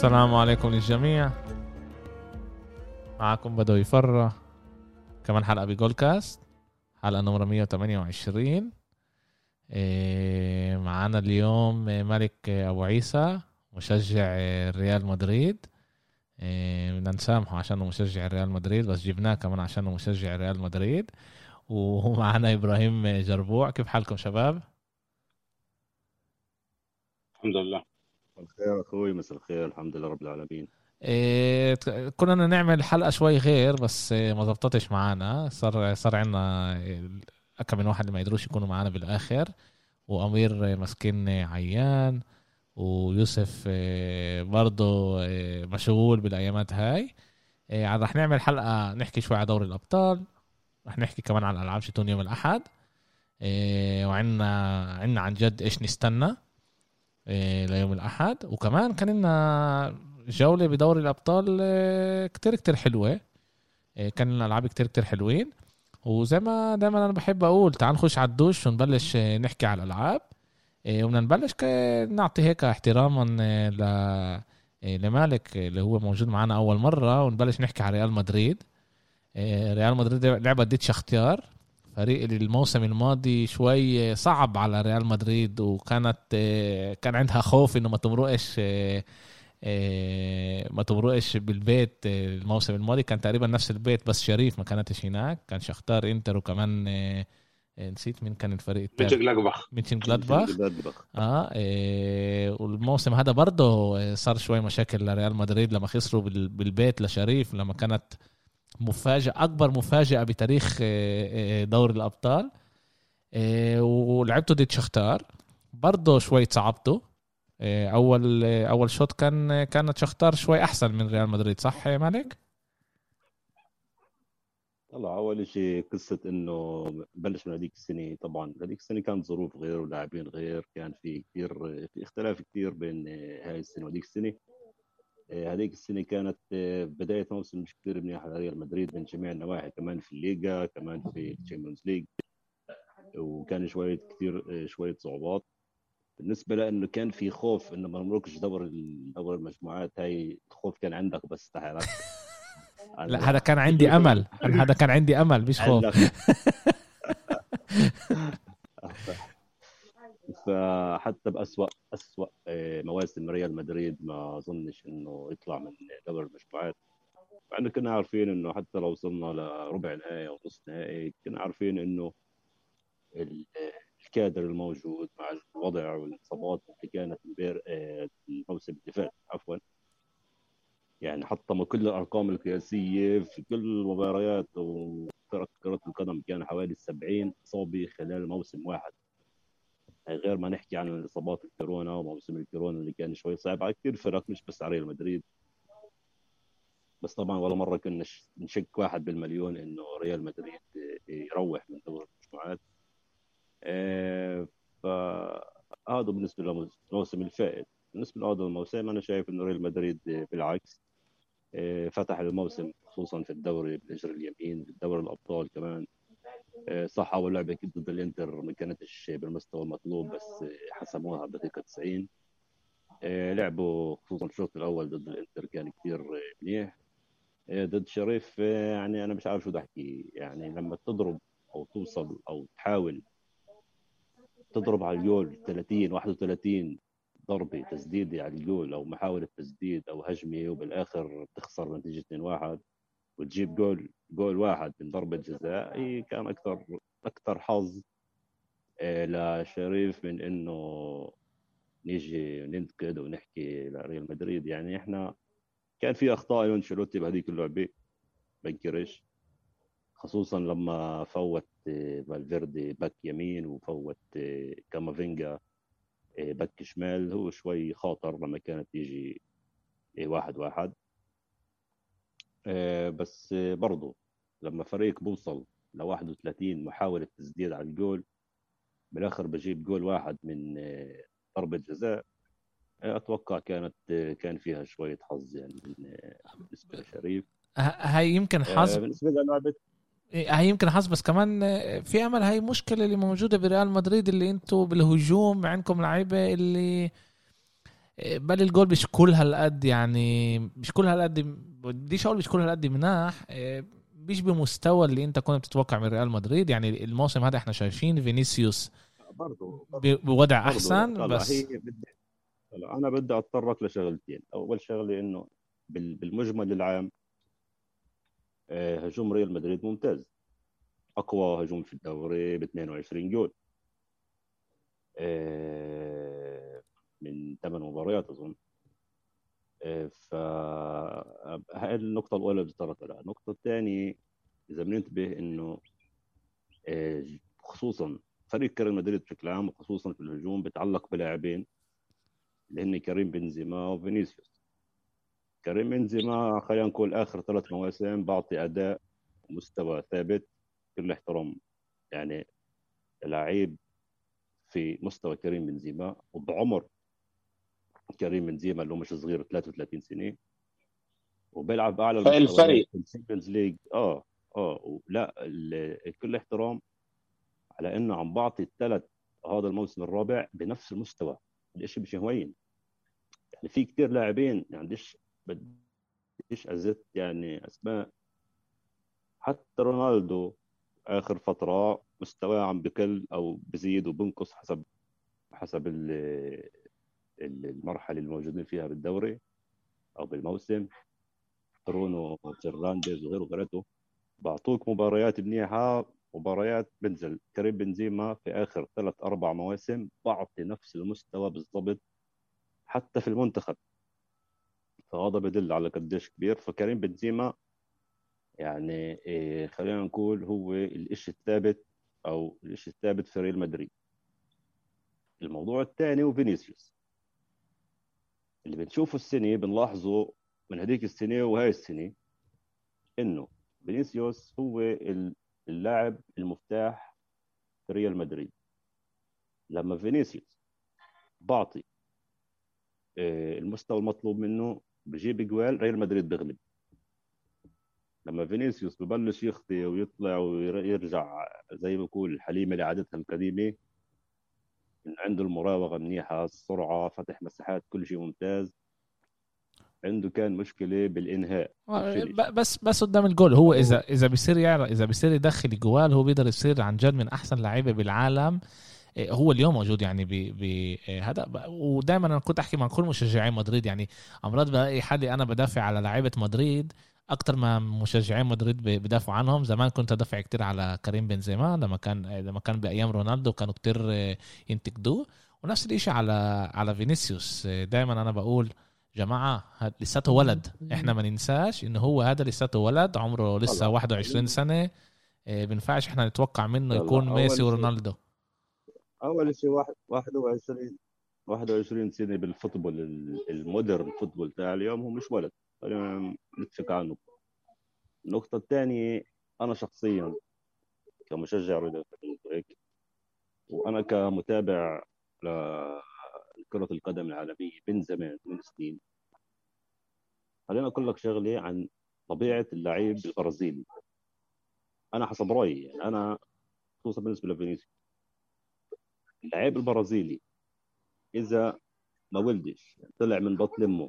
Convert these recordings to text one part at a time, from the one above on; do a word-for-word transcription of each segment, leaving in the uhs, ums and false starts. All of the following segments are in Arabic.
السلام عليكم للجميع. معكم بدو يفرح كمان حلقة بجول كاست، حلقة نمرة مية وثمانية وعشرين. معنا اليوم مالك أبو عيسى مشجع ريال مدريد. بدنا نسامحه عشانه مشجع ريال مدريد، بس جبناه كمان عشانه مشجع ريال مدريد. ومعنا إبراهيم جربوع. كيف حالكم شباب؟ الحمد لله الخير أخوي، مساء الخير، الحمد لله رب العالمين. إيه كنا نعمل حلقة شوي غير بس ما زبطتش معانا. صار صار عنا أكم من واحد اللي ما يقدروش يكونوا معانا بالآخر، وأمير مسكين عيان، ويوسف برضو مشغول بالأيامات هاي. رح نعمل حلقة نحكي شوي على دوري الأبطال، رح نحكي كمان على الألعاب شتون يوم الأحد، وعنا عنا عن جد إيش نستنى ليوم الأحد. وكمان كان لنا جولة بدوري الأبطال كتير كتير حلوة، كان لنا ألعاب كتير كتير حلوين. وزي ما دائما أنا بحب أقول، تعال نخش على الدوش ونبلش نحكي على الألعاب، وبدنا نبلش نعطي هيك احتراما ل لمالك اللي هو موجود معنا أول مرة، ونبلش نحكي على ريال مدريد. ريال مدريد لعبة ديت شختيار، فريق الموسم الماضي شوي صعب على ريال مدريد، وكانت كان عندها خوف انه ما تمرقش ما تمرقش بالبيت. الموسم الماضي كان تقريبا نفس البيت، بس شريف ما كانتش هناك، كان شختار انتر، وكمان نسيت مين كان الفريق الثالث، ميتشن ميتشن جلادباخ. اه إيه والموسم هذا برضه صار شوي مشاكل لريال مدريد لما خسروا بالبيت لشريف، لما كانت مفاجأة، أكبر مفاجأة بتاريخ دوري الأبطال. ولعبته ضد شختار برضه شوي صعبته. أول أول شوط كان كانت شختار شوي أحسن من ريال مدريد، صح يا مالك؟ طلع أول شيء قصة إنه بلش من هذيك السنة. طبعا هذيك السنة كانت ظروف غير ولاعبين غير، كان في كثير في اختلاف كثير بين هاي السنة وهذيك السنة. هذيك السنة كانت بداية موسم مش كثير منيح على ريال مدريد من جميع النواحي، كمان في الليغا، كمان في الشامبيونز ليج، وكان شوية كثير شوية صعوبات بالنسبة لأنه كان في خوف إنه ما نمرقش دور دور المجموعات. هاي الخوف كان عندك بس تحرك. لا هذا كان عندي أمل، أنا هذا كان عندي أمل مش خوف. فحتى بأسوأ أسوأ مواسم ريال مدريد ما أظنش إنه يطلع من دور المجموعات، مع إنه كنا عارفين إنه حتى لو وصلنا لربع نهائي أو نصف نهائي كنا عارفين إنه الكادر الموجود مع الوضع والإصابات اللي كانت مبير الموسم اللي فات عفوا، يعني حطموا كل الأرقام القياسية في كل المباريات، وفرق كرة القدم كان حوالي سبعين إصابة خلال موسم واحد، غير ما نحكي عن الإصابات الكورونا وموسم الكورونا اللي كان شوي صعب على كثير فرق مش بس على ريال مدريد. بس طبعا ولا مرة كنا نشك واحد بالمليون إنه ريال مدريد يروح من دور المجموعات. فهذا بالنسبة للموسم الفائت. بالنسبة لهذا الموسم أنا شايف إنه ريال مدريد بالعكس فتح الموسم خصوصا في الدوري بالإجر اليمين، في الدوري الأبطال كمان صح. أول لعبة ضد الإنتر ما كانتش بالمستوى المطلوب، بس حسموها بدقيقة تسعين. لعبوا خصوصا الشوط الأول ضد الإنتر كان كثير منيح. ضد شريف يعني أنا مش عارف شو بدي أحكي، يعني لما تضرب أو توصل أو تحاول تضرب على الجول ثلاثين واحد وثلاثين ضربة تسديدة على الجول أو محاولة تسديد أو هجمة، وبالآخر تخسر نتيجة اثنين واحد وتجيب جول جول واحد من ضربة جزاء، كان أكثر أكثر حظ لشريف من إنه نيجي ننتقد ونحكي لريال مدريد. يعني إحنا كان في أخطاء لأنشيلوتي بهذيك اللعبة بنكرش، خصوصا لما فوت فالفيردي باك يمين وفوت كامافينجا باك شمال، هو شوي خاطر لما كانت تيجي واحد واحد. بس برضو لما فريق بوصل ل واحد وثلاثين محاولة تسديد على الجول بالاخر بجيب جول واحد من ضربة جزاء، اتوقع كانت كان فيها شوية حظ يعني بالنسبة لشريف. هاي يمكن حظ، بالنسبة للعبة هاي يمكن حظ، بس كمان في امل. هاي مشكلة اللي موجودة بريال مدريد، اللي انتوا بالهجوم عندكم لعيبة اللي بل الجول مش كل هالقد يعني مش كل هالقد بديش اقول مش كل هالقد مناح مش بمستوى اللي انت كنت بتتوقع من ريال مدريد. يعني الموسم هذا احنا شايفين فينيسيوس برضه بوضع برضه لا احسن. طلع هي بس بدي طلع. انا بدي اتطرق لشغلتين. اول شغله انه بال- بالمجمل العام آه، هجوم ريال مدريد ممتاز، اقوى هجوم في الدوري ب اثنين وعشرين جول آه، من ثمان مباريات اظن. آه، ف هاي النقطه الاولى اللي بتطرق لها. النقطه الثانيه اذا بننتبه انه آه، خصوصا فريق ريال مدريد بشكل عام وخصوصا في الهجوم بتعلق بلاعبين اللي هن كريم بنزيما وفينيسيوس. كريم بنزيما خلينا نقول اخر ثلاث مواسم بعطي اداء ومستوى ثابت، كل احترام يعني لعيب في مستوى كريم بنزيما وبعمر كريم بنزيما اللي هو مش صغير ثلاثة وثلاثين سنه، وبيلعب اعلى المستويات فالفريق في الشامبيونز ليج. اه اه لا ال- كل احترام على انه عم بعطي الثلاث هذا الموسم الرابع بنفس المستوى. الاشي مش هوين يعني. في كتير لاعبين يعني بديش بديش ازت يعني اسماء، حتى رونالدو اخر فتره مستواه عم بقل او بزيد وبنقص حسب حسب ال- ال- المرحله اللي موجودين فيها بالدوري او بالموسم. برونو فرنانديز وغيره وغيرته بعطوك مباريات منيحه، مباريات بنزل. كريم بنزيما في اخر ثلاث اربع مواسم بعطي نفس المستوى بالضبط حتى في المنتخب، فهذا بدل على قديش كبير. فكريم بنزيما يعني إيه، خلينا نقول هو الإشي الثابت او الإشي الثابت في ريال مدريد. الموضوع الثاني وفينيسيوس اللي بنشوفه السنه بنلاحظه من هذيك السنه وهاي السنه انه فينيسيوس هو اللاعب المفتاح في ريال مدريد. لما فينيسيوس بعطي آه، المستوى المطلوب منه بجيب جوال ريال مدريد بيغلب. لما فينيسيوس ببلش يخطي ويطلع ويرجع زي ما بقول الحليمه لعادتها القديمه، عنده المراوغه منيحه، السرعه، فتح مساحات، كل شيء ممتاز. عنده كان مشكله بالانهاء الفينش. بس بس قدام الجول هو اذا اذا بيصير يعرف اذا بيصير يدخل الجوال هو بيقدر يصير عن جد من احسن لعيبه بالعالم. هو اليوم موجود يعني ب ب هذا. ودائما انا كنت احكي مع كل مشجعين مدريد يعني امراض بلاقي حالي انا بدافع على لعيبه مدريد اكتر ما مشجعين مدريد بدافعوا عنهم. زمان كنت ادافع كتير على كريم بنزيما لما كان لما كان بايام رونالدو كانوا كتير ينتقدوه، ونفس الشيء على على فينيسيوس. دائما انا بقول جماعه لساته ولد، احنا ما ننساش انه هو هذا لساته ولد عمره لسه واحد وعشرين سنه. بنفعش احنا نتوقع منه يكون ميسي ورونالدو. اول شيء واحد واحد وعشرين واحد وعشرين سنه بالفوتبول المودرن فوتبول تاع اليوم هو مش ولد، خلينا نتفق عنه. النقطه الثانيه انا شخصيا كمشجع رياضي هيك وانا كمتابع لكره القدم العالميه من زمان من سنين، خلينا اقول لك شغله عن طبيعه اللعيب البرازيلي. انا حسب رايي يعني انا خصوصا بالنسبه لفينيسيوس، اللعيب البرازيلي اذا ما ولدش يعني طلع من بطن امه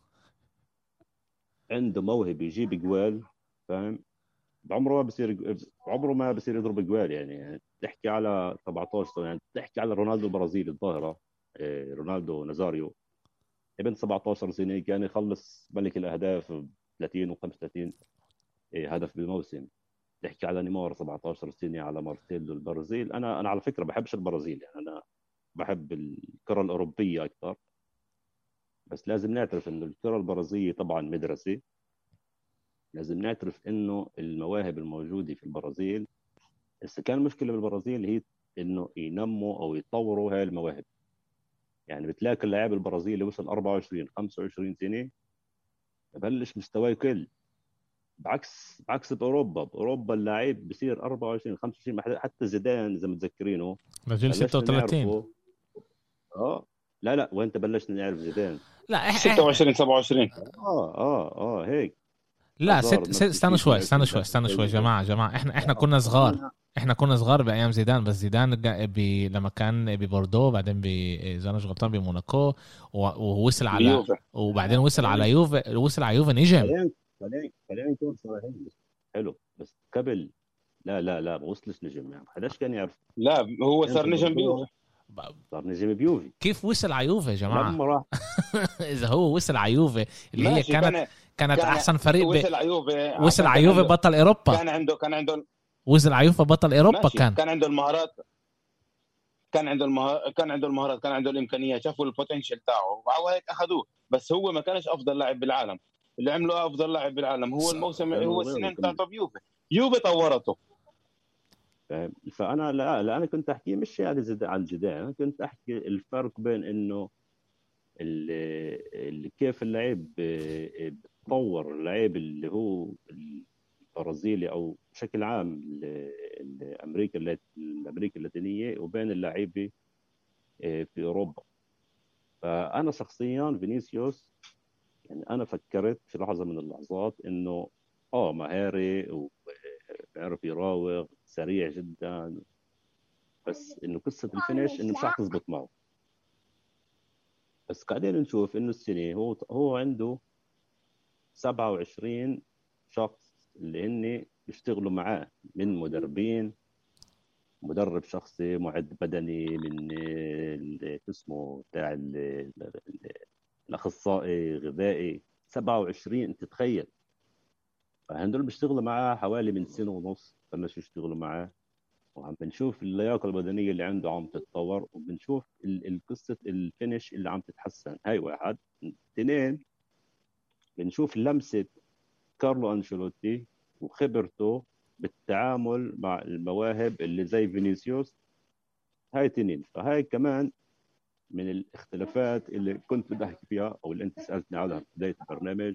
عنده موهبه يجيب جوال، فاهم؟ بعمره ما بصير عمره ما بصير يضرب جوال يعني. يعني تحكي على سبعطعش سنه، يعني تحكي على رونالدو البرازيلي الظاهره إيه، رونالدو نازاريو ابن سبعطعش سنه كان يخلص ملك الاهداف ب ثلاثين و35 إيه هدف بالموسم. تحكي على نيمار سبعطعش سنه، على مارسيلو. البرازيل انا انا على فكره بحبش البرازيل يعني، انا بحب الكره الاوروبيه اكثر. بس لازم نعترف انه الكره البرازيليه طبعا مدرسه. لازم نعترف انه المواهب الموجوده في البرازيل، بس كان المشكله بالبرازيل هي انه ينموا او يطوروا هاي المواهب. يعني بتلاقي اللاعب البرازيلي اللي وصل أربعة وعشرين خمسة وعشرين سنه ببلش مستواه يقل. بعكس بعكس باوروبا باوروبا اللاعب بصير أربعة وعشرين خمسة وعشرين، حتى زيدان اذا متذكرينه رجل ستة بلشنا وثلاثين. نعرفه. اه لا لا وانت بلشنا نعرف زيدان لا إح... ستة وعشرين سبعة وعشرين. اه اه اه هيك لا ست... ست... استنوا شوي استنوا شوي استنوا شوي جماعه جماعه احنا احنا كنا صغار احنا كنا صغار بايام زيدان، بس زيدان جا- بي لما كان ببوردو، بعدين اذا انا مش غلطان بموناكو، و- ووصل على، بيوفا. وبعدين وصل خلينا على يوفي، وصل على يوفي نجم. خلينا خلينا خلينا نكون صريحين بس. حلو، بس قبل لا لا لا ما وصلش نجم يعني، حداش كان يعرف. لا هو كان صار في نجم بوردو بيوفا. ب- صار نجم بيوفي كيف وصل على يوفي يا جماعه؟ لما راح. اذا هو وصل على يوفي اللي هي ماشي، كانت كان كانت كان احسن فريق ب... وصل على يوفي وصل عشان على كان يوفي عنده بطل اوروبا، كان عنده كان عنده وصل على يوفي بطل اوروبا ماشي كان. كان عنده المهارات، كان عنده المهارات كان عنده المهارات كان عنده الامكانيات، شافوا البوتنشال تاعه وهيك اخذوه. بس هو ما كانش افضل لاعب بالعالم. اللي عمله افضل لاعب بالعالم هو ص- الموسم، كانوا هو غيره السنين كمان. بتاعته بيوفي. يوفي طورته. فاهم؟ فانا لا, لا انا كنت احكي مش يعني زد عن جدال، انا كنت احكي الفرق بين انه ال- ال- كيف اللعيب ب- بتطور، اللعيب اللي هو البرازيلي او بشكل عام ال- ال- امريكا اللات- الامريكا اللاتينيه، وبين اللعيبه في اوروبا. فانا شخصيا فينيسيوس يعني انا فكرت في لحظه من اللحظات انه اه مهاري وبيعرف يراوغ سريع جدا، بس انه قصه الفينش انه مش رح تزبط معه. بس قاعدين نشوف انه السنه هو هو عنده سبعة وعشرين شخص اللي هن بيشتغلوا معاه، من مدربين، مدرب شخصي، معد بدني، من ال- اسمه بتاع ال- ال- الاخصائي غذائي. سبعة وعشرين، انت تتخيل. فهندول بيشتغلوا معاه حوالي من سنه ونص بلشوا يشتغلوا معاه، وعم بنشوف اللياقه البدنيه اللي عنده عم تتطور، وبنشوف ال- القصه الفينش اللي عم تتحسن. هاي واحد. اثنين، بنشوف لمسه كارلو أنشيلوتي وخبرته بالتعامل مع المواهب اللي زي فينيسيوس. هاي تنين. فهاي كمان من الاختلافات اللي كنت بدي احكي فيها، او اللي انت سالتني عنها في بدايه البرنامج،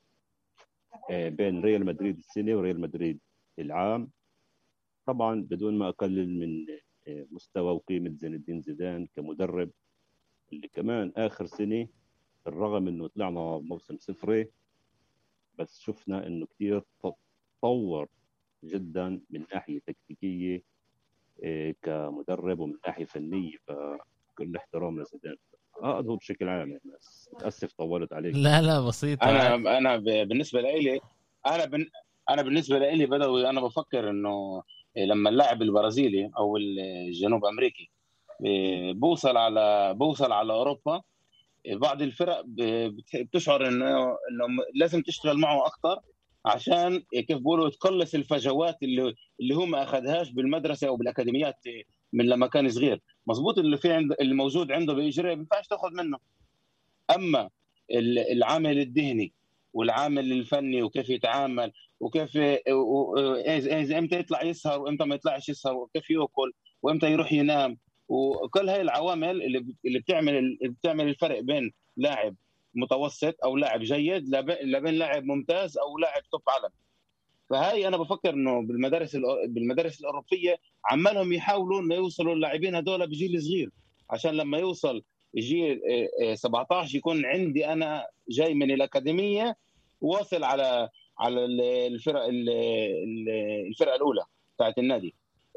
بين ريال مدريد السنه وريال مدريد العام. طبعا بدون ما اقلل من مستوى وقيمه زين الدين زيدان كمدرب، اللي كمان اخر سنه بالرغم انه طلعنا موسم صفري، بس شفنا انه كثير تطور جدا من ناحيه تكتيكيه كمدرب ومن ناحيه فنيه. فكل احترام لزيدان. اه هو بشكل عام يعني، بس متاسف طولت عليك. لا لا بسيطة. انا انا بالنسبه لي انا بن... انا بالنسبه لي بدوي، انا بفكر انه لما اللاعب البرازيلي او الجنوب امريكي بوصل على بوصل على اوروبا، بعض الفرق بتشعر انه انه لازم تشتغل معه اكثر، عشان كيف بيقولوا تقلص الفجوات اللي اللي هو ما اخذهاش بالمدرسه او بالاكاديميات من لما كان صغير. مزبوط، اللي في عند اللي موجود عنده بيجري ما ينفعش تاخذ منه. اما العامل الذهني والعامل الفني وكيف يتعامل وكيف اذا امتى يطلع يسهر وامتى ما يطلعش يسهر، وكيف ياكل وامتى يروح ينام، وكل هاي العوامل اللي اللي بتعمل اللي بتعمل الفرق بين لاعب متوسط او لاعب جيد لبين لاعب ممتاز او لاعب توب عالم. فهاي انا بفكر انه بالمدارس بالمدارس الاوروبيه عمالهم يحاولوا انه يوصلوا اللاعبين هذول بجيل صغير، عشان لما يوصل جيل سبعطعش يكون عندي انا جاي من الاكاديميه واصل على على الفرق الفرقه الاولى بتاعت النادي.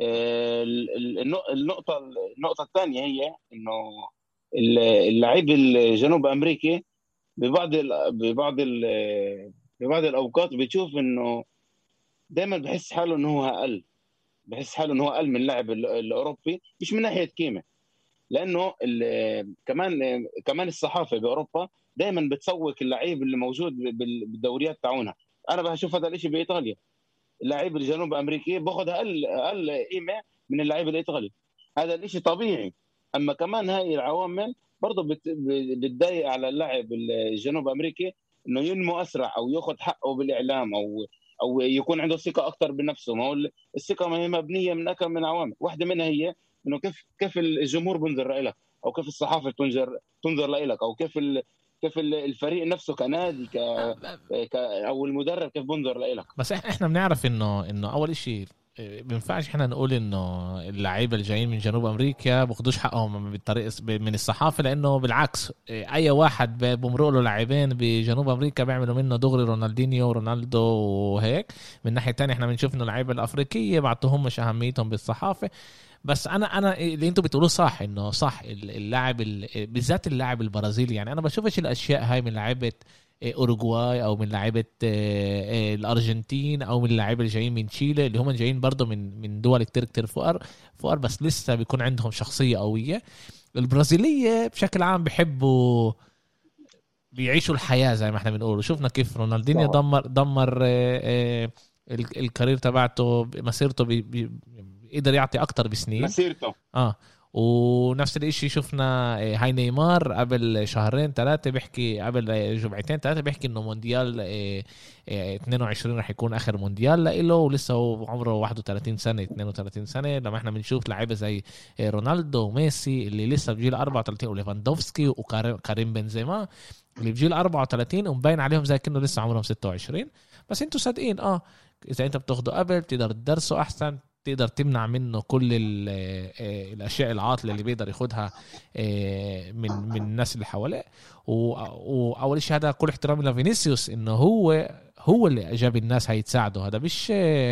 النقطه النقطه الثانيه هي انه اللاعب الجنوب امريكي ببعض ببعض ببعض الاوقات بتشوف انه دائما بحس حاله انه هو اقل، بحس حاله انه هو اقل من اللاعب الاوروبي، مش من ناحيه قيمه، لانه كمان كمان الصحافه باوروبا دائما بتسوق اللعيب اللي موجود بالدوريات تاعونها. انا بشوف هذا الشيء بايطاليا، اللاعب الجنوب امريكي باخذ اقل اقل قيمه من اللاعب الايطالي. هذا الشيء طبيعي. اما كمان هاي العوامل برضه بتضايق على اللاعب الجنوب امريكي انه ينمو اسرع او ياخذ حقه بالاعلام او او يكون عنده ثقه اكثر بنفسه. ما هو الثقه ما هي مبنيه من اكثر من عوامل، واحده منها هي انه كيف كيف الجمهور بينظر لك، او كيف الصحافه تنظر تنظر لك، او كيف ال... كيف الفريق نفسه كنادي ك... ك... او المدرب كيف بينظر لك. بس احنا بنعرف انه انه اول شيء بينفعش احنا نقول انه اللعيبه اللي جايين من جنوب امريكا بياخدوش حقهم بالطريقه من الصحافه، لانه بالعكس اي واحد بمرق له لاعبين بجنوب امريكا بيعملوا منه دغري رونالدينيو ورونالدو وهيك. من ناحيه تانية احنا بنشوف انه اللعيبه الافريقيه بعطوهم مش اهميتهم بالصحافه. بس انا انا اللي انتوا بتقولوه صح، انه صح اللاعب بالذات اللاعب البرازيلي، يعني انا بشوفش الاشياء هاي من لعيبه اوروغواي او من لعيبه الارجنتين او من اللعيبه اللي جايين من تشيلي اللي هم جايين برضو من من دول كتير كتير فقر فقر بس لسه بيكون عندهم شخصيه قويه. البرازيليه بشكل عام بيحبوا بيعيشوا الحياه زي ما احنا بنقول. شفنا كيف رونالدينيو دمر دمر الكارير تبعته مسيرته بي بي قدر يعطي اكتر بسنين مسيرته اه ونفس الاشي شفنا هاي نيمار قبل شهرين ثلاثة بيحكي قبل جمعتين ثلاثة بيحكي انه مونديال اثنين وعشرين رح يكون اخر مونديال لإله، ولسه هو عمره واحد وثلاثين سنة اثنين وثلاثين سنة. لما احنا بنشوف لعيبة زي رونالدو وميسي اللي لسه بجيل أربعة وثلاثين وليفاندوفسكي وكريم بنزيما اللي بجيل أربعة وثلاثين ومبين عليهم زي كأنه لسه عمرهم ستة وعشرين. بس انتوا صادقين اه اذا انت بتاخده قبل تقدر تدرسه احسن، تقدر تمنع منه كل الاشياء العاطله اللي بيقدر ياخدها من من الناس اللي حواليه. واول شيء هذا كل احترامي لفينيسيوس انه هو هو اللي جاب الناس هيتساعدوا، هذا مش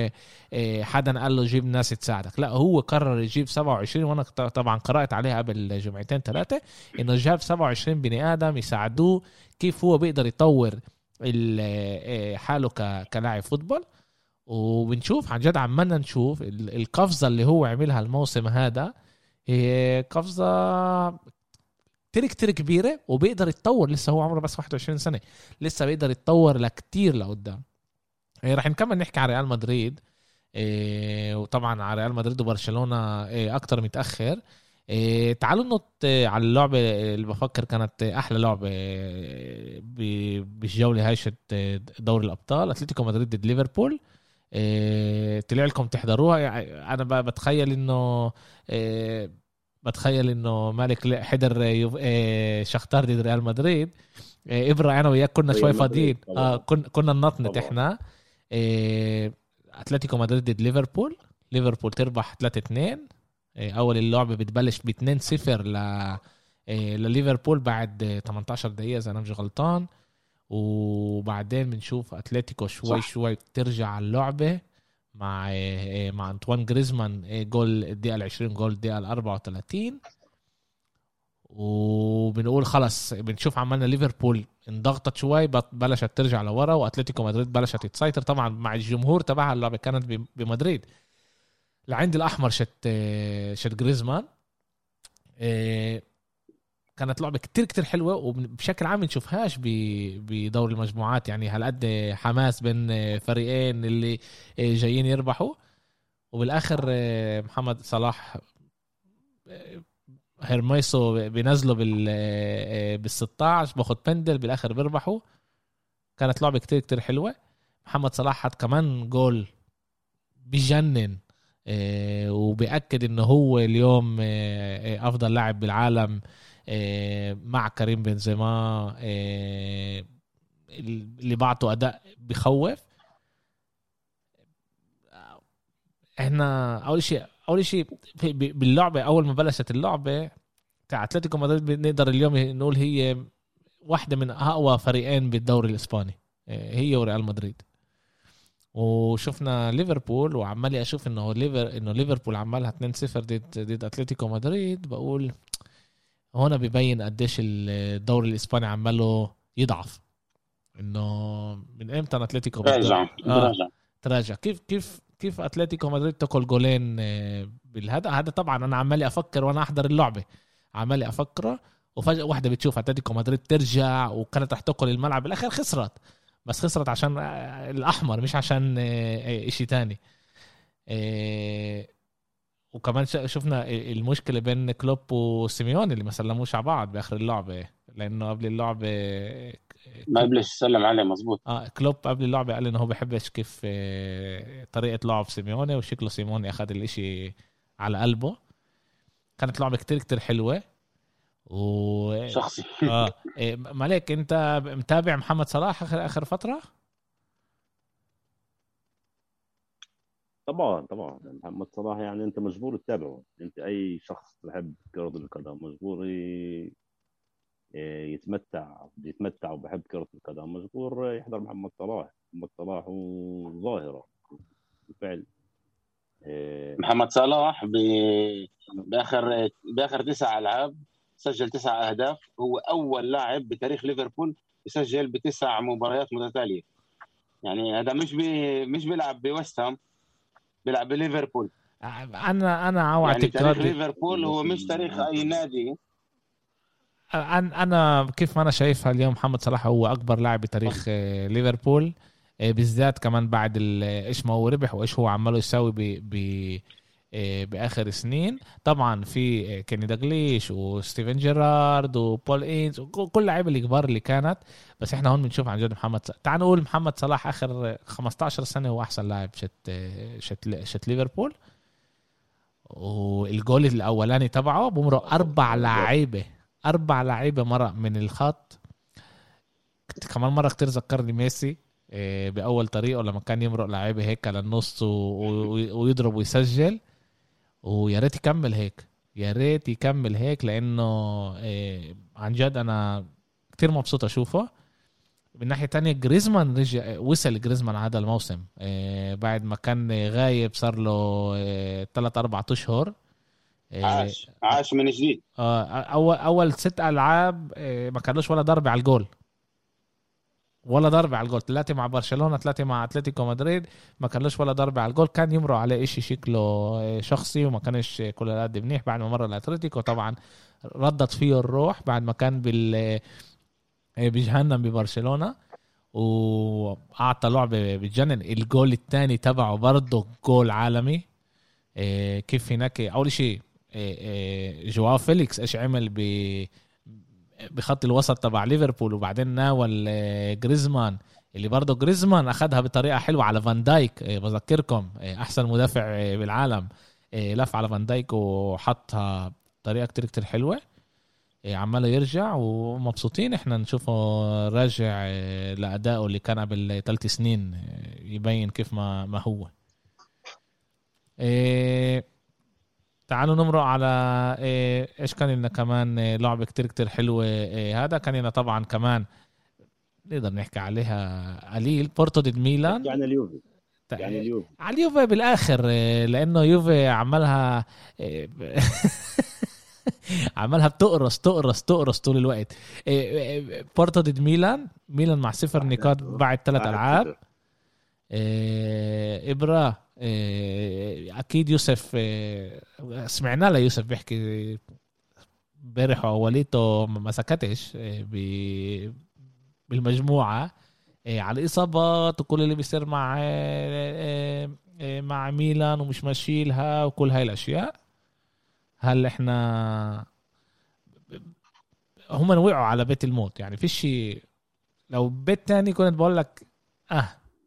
حدا قال له جيب ناس تساعدك، لا هو قرر يجيب سبعة وعشرين. وانا طبعا قرأت عليها قبل جمعتين ثلاثه انه جاب سبعة وعشرين بني ادم يساعدوه كيف هو بيقدر يطور حاله كلاعب فوتبول. وبنشوف عن جد عمالنا نشوف القفزة اللي هو عملها الموسم هذا هي قفزة كتير كتير كبيرة، وبيقدر يتطور. لسه هو عمره بس واحد وعشرين سنة لسه بيقدر يتطور لكتير لقدام. رح نكمل نحكي على ريال مدريد وطبعا على ريال مدريد وبرشلونة أكتر متأخر. تعالوا ننط على اللعبة اللي بفكر كانت أحلى لعبة بالجولة هاي دوري الأبطال، أتلتيكو مدريد ضد ليفربول. إيه، طلع لكم تحضروها؟ يعني انا بتخيل انه إيه بتخيل انه مالك حضر إيه شختار ضد ريال مدريد. إيه ابرا انا وياك كنا شوي فاضيين اه كنا كنا ننطنط احنا. إيه اتلتيكو مدريد ضد ليفربول، ليفربول تربح ثلاثة اثنين. إيه اول اللعبه بتبلش ب اثنين صفر ل إيه لليفربول بعد ثمانية عشر دقيقه اذا انا مش غلطان، وبعدين بنشوف اتلتيكو شوي صح. شوي ترجع على اللعبة مع مع أنطوان غريزمان جول الدقيقة العشرين جول الدقيقة الأربعة وثلاثين. وبنقول خلاص بنشوف عملنا ليفربول انضغطت شوي بلشت ترجع لورا، واتلتيكو مدريد بلشت تسيطر طبعا مع الجمهور تبعها. اللعبة كانت بمدريد لعند الأحمر شت شت غريزمان. كانت لعبة كتير كتير حلوة وبشكل عام نشوفهاش بدور المجموعات، يعني هالقد حماس بين فريقين اللي جايين يربحوا. وبالآخر محمد صلاح هرميسو بينزلوا بالستاعش باخد بندل بالآخر بيربحوا. كانت لعبة كتير كتير حلوة. محمد صلاح حط كمان جول بيجنن وبيأكد انه هو اليوم افضل لاعب بالعالم مع كريم بنزيما اللي بعته أداء بخوف. احنا اول شيء اول شيء باللعبة اول ما بلشت اللعبة تاع اتلتيكو مدريد نقدر اليوم نقول هي واحدة من اقوى فريقين بالدوري الاسباني هي وريال مدريد. وشفنا ليفربول وعمالي اشوف انه ليفر انه ليفربول عملها اثنين صفر ضد ضد اتلتيكو مدريد. بقول هنا بيبين قديش الدوري الاسباني عماله يضعف، انه من امتى اتلتيكو تراجع آه. تراجع كيف كيف كيف اتلتيكو مدريد تاكل جولين بالهذا هذا. طبعا انا عمالي افكر وانا احضر اللعبه عمالي افكر وفجاه واحده بتشوف اتلتيكو مدريد ترجع وكانت رح تاكل الملعب بالاخر خسرت، بس خسرت عشان الاحمر مش عشان اشي تاني. وكمان شفنا المشكلة بين كلوب وسيميوني اللي ما سلموش على بعض بآخر اللعبة، لأنه قبل اللعبة ما قبلش يسلم عليه مزبوط. آه كلوب قبل اللعبة قال إنه هو بيحبش كيف طريقة لعب سيميوني، وشكله سيميوني أخذ الإشي على قلبه. كانت لعبة كتير كتير حلوة و شخصي. آه مالك أنت متابع محمد صلاح آخر آخر فترة؟ طبعا طبعا محمد صلاح يعني انت مجبور تتابعه. انت اي شخص بحب كرة القدم مجبور ي- يتمتع يتمتع وبحب كرة القدم مجبور يحضر محمد صلاح. محمد صلاح هو ظاهرة بالفعل. إيه، محمد صلاح ب... باخر باخر تسع العاب سجل تسع اهداف. هو اول لاعب بتاريخ ليفربول يسجل بتسع مباريات متتاليه. يعني هذا مش بي... مش بيلعب بويست هام، بيلعب بليفربول. انا انا على يعني تاريخ اعتقادي، ليفربول هو الموسم مش تاريخ اي الموسم نادي. انا انا كيف ما انا شايفها اليوم محمد صلاح هو اكبر لاعب بتاريخ آه، ليفربول. آه، بالذات كمان بعد ال- ايش ما هو ربح وايش هو عماله يساوي ب ب آه، باخر سنين. طبعا في آه، كيني داغليش وستيفن جيرارد وبول اينز وكل اللعيبه الكبار اللي كانت. بس احنا هون بنشوف عن جد محمد صلاح. تعال نقول محمد صلاح اخر خمستاشر سنه هو احسن لاعب شت آه، شت شت ليفربول. والجول الاولاني تبعه بمرق اربع بالضبط. لعيبه، اربع لعيبه مرق من الخط. كمان مره كتير ذكرني ميسي إيه، باول طريقه لما كان يمرق لعيبه هيك للنص و- و- ويضرب ويسجل. ويا ريت يكمل هيك، يا ريت يكمل هيك لانه إيه، عن جد انا كتير مبسوط اشوفه. من ناحية تانية جريزمان رجع، وصل جريزمان هذا الموسم إيه، بعد ما كان غايب صار له إيه، ثلاث أربع أشهر. إيه، عاش عاش من جديد. اه اول اول ست العاب إيه، ما كانوش ولا ضربه على الجول، ولا ضربه على الجول. ثلاثه مع برشلونه، ثلاثه مع اتلتيكو مدريد، ما كانوش ولا ضربه على الجول. كان يمروا عليه إشي شكله إيه، شخصي، وما كانش كل القد منيح. بعد ما مر الاتلتيكو طبعا ردت فيه الروح بعد ما كان بال إيه، بجهنم ببرشلونه، واعطى لعبه بتجنن. الجول الثاني تبعه برضه جول عالمي. إيه، كيف هناك اول شيء إيه، إيه، جواو فيليكس ايش عمل ب بخط الوسط تبع ليفربول، وبعدين ناول آه، جريزمان اللي برضه جريزمان اخذها بطريقه حلوه على فان دايك. آه، بذكركم آه، احسن مدافع آه، بالعالم آه، لف على فان دايك وحطها بطريقه كتير كتير حلوه. آه، عماله يرجع ومبسوطين احنا نشوفه راجع آه، لادائه اللي كان قبل ثلاث سنين. آه، يبين كيف ما ما هو. آه، تعالوا نمرق على إيه ايش كان لنا كمان. إيه لعبة كتير كتير حلوة. إيه هذا كان لنا طبعا كمان نقدر نحكي عليها قليل. بورتو ضد نحكي ميلان. عن اليوفي. تع- يعني اليوفي على اليوفي بالاخر إيه، لانه يوفي عملها إيه عملها بتقرص تقرص تقرص طول الوقت. إيه إيه، بورتو ضد ميلان. ميلان مع صفر واحد نقاط بعد ثلاث واحد العاب. صفر. إيه إبرة إيه أكيد يوسف إيه سمعنا له يوسف بيحكي امبارح ووليته ما سكتش إيه، ب- بالمجموعة إيه، على الإصابات وكل اللي بيصير مع إيه، إيه، مع ميلان ومش ماشيلها وكل هاي الأشياء. هل إحنا هم وقعوا على بيت الموت يعني في شيء. لو بيت تاني كنت بقول لك اه.